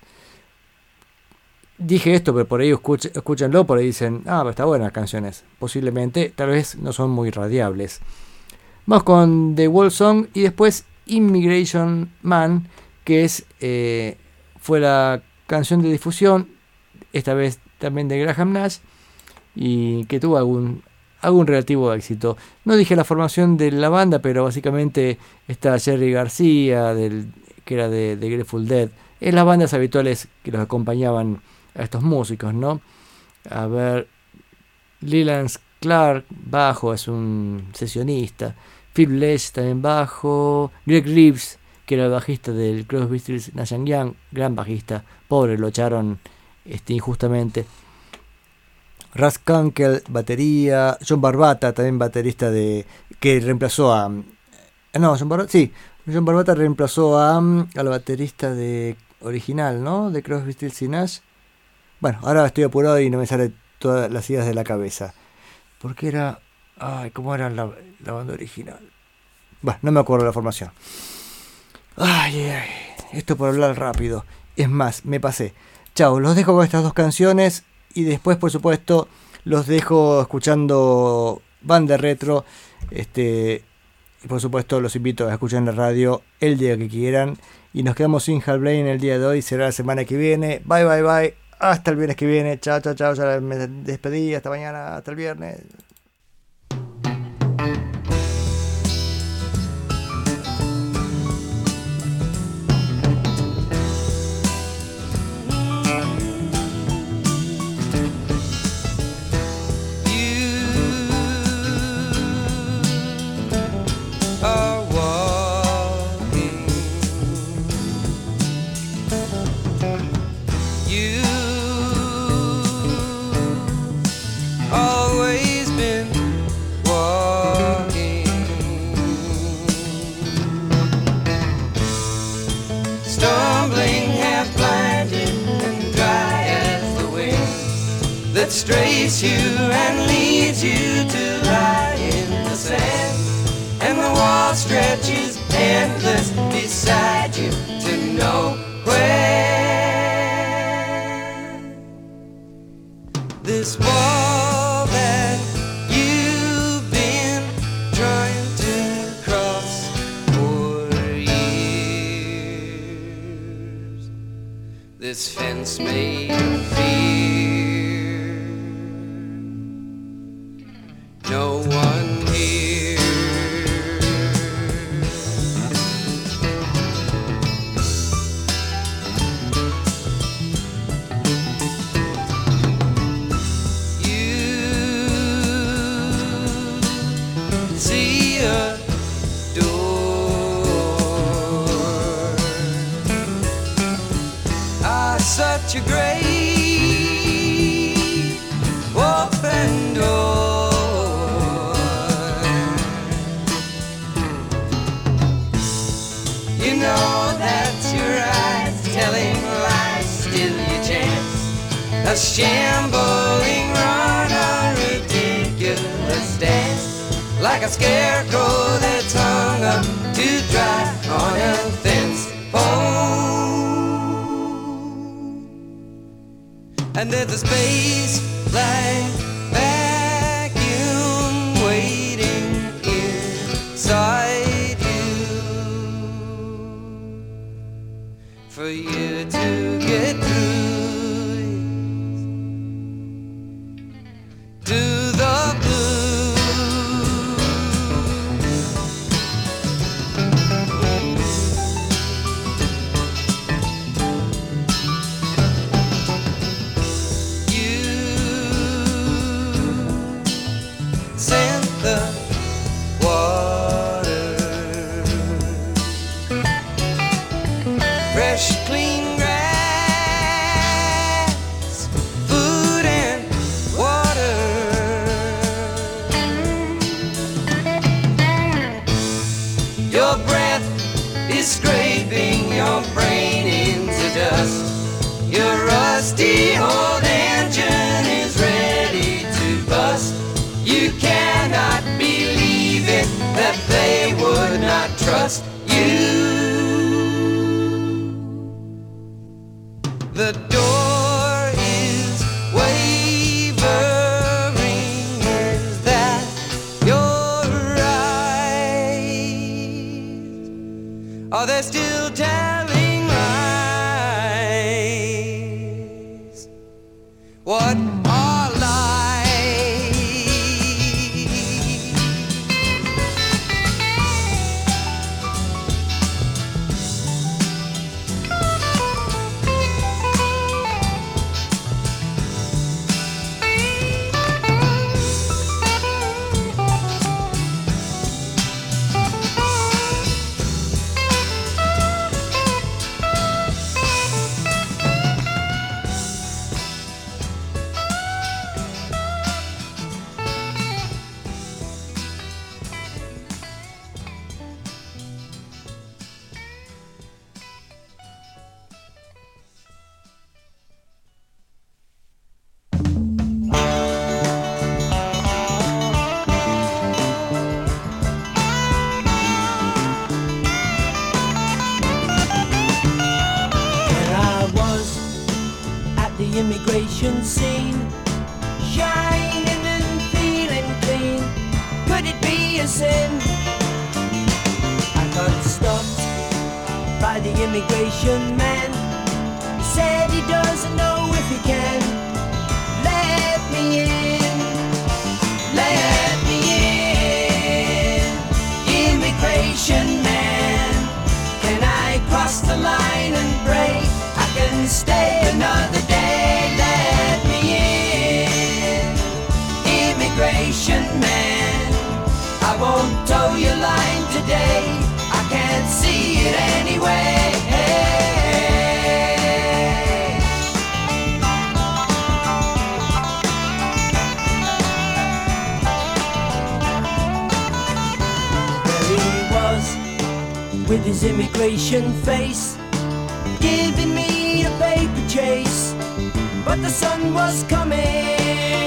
Dije esto, pero por ahí escúchenlo, por ahí dicen, pero está buenas las canciones. Posiblemente, tal vez no son muy radiables. Vamos con The Wall Song y después Immigration Man, que fue la canción de difusión, esta vez también de Graham Nash, y que tuvo algún relativo éxito. No dije la formación de la banda, pero básicamente está Jerry García, que era de Grateful Dead. Es las bandas habituales que los acompañaban a estos músicos, ¿no? A ver, Leland Clark, bajo, es un sesionista. Phil Lesh, también bajo. Greg Reeves, que era el bajista del Crosby, Stills, Nash & Young, gran bajista. Pobre, lo echaron injustamente. Russ Kunkel, batería. John Barbata, también baterista que reemplazó a... John Barbata reemplazó a la baterista original, ¿no? De Crosby, Stills y Nash. Bueno, ahora estoy apurado y no me salen todas las ideas de la cabeza. Porque era... ¿cómo era la banda original? Bueno, no me acuerdo de la formación. Esto por hablar rápido. Es más, me pasé. Chao, los dejo con estas dos canciones. Y después, por supuesto, los dejo escuchando banda retro. Y por supuesto, los invito a escuchar en la radio el día que quieran. Y nos quedamos sin Hal Blaine el día de hoy. Será la semana que viene. Bye, bye, bye. Hasta el viernes que viene. Chao, chao, chao. Ya me despedí. Hasta mañana. Hasta el viernes. frustrates you and leads you to lie in the sand. And the wall stretches endless beside you to nowhere. This wall that you've been trying to cross for years, this fence made of fear, no one here. See a door, such a great open door. You know that's your eyes telling lies, still your chance. A shambling run, a ridiculous dance. Like a scarecrow that's hung up to dry on a fence pole. And there's a space like vacuum waiting inside you for you to get through to the blue. Scraping your brain into dust. Your rusty old engine is ready to bust. You cannot believe it that they would not trust you. The door is wavering. Is that your eyes? Are they still telling lies? What are lies? Immigration scene, shining and feeling clean. Could it be a sin? I got stopped by the immigration man. He said he doesn't know if he can let me in. Let me in, immigration man. Can I cross the line and pray I can stay another day? Man, I won't tow your line today. I can't see it anyway. There he was with his immigration face, giving me a paper chase, but the sun was coming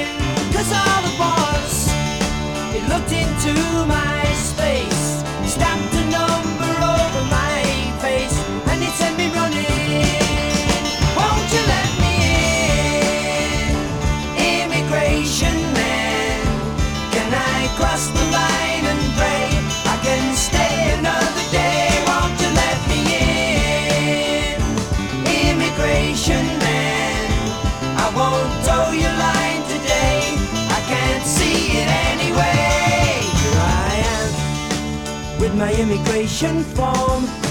all it was. It looked into my space, stamped a number over my face, and it sent me running. Won't you let me in, immigration man? Can I cross the line and pray I can stay another day? Won't you let me in, immigration man? I won't toe your line today, I can't see it anyway. Here I am with my immigration form,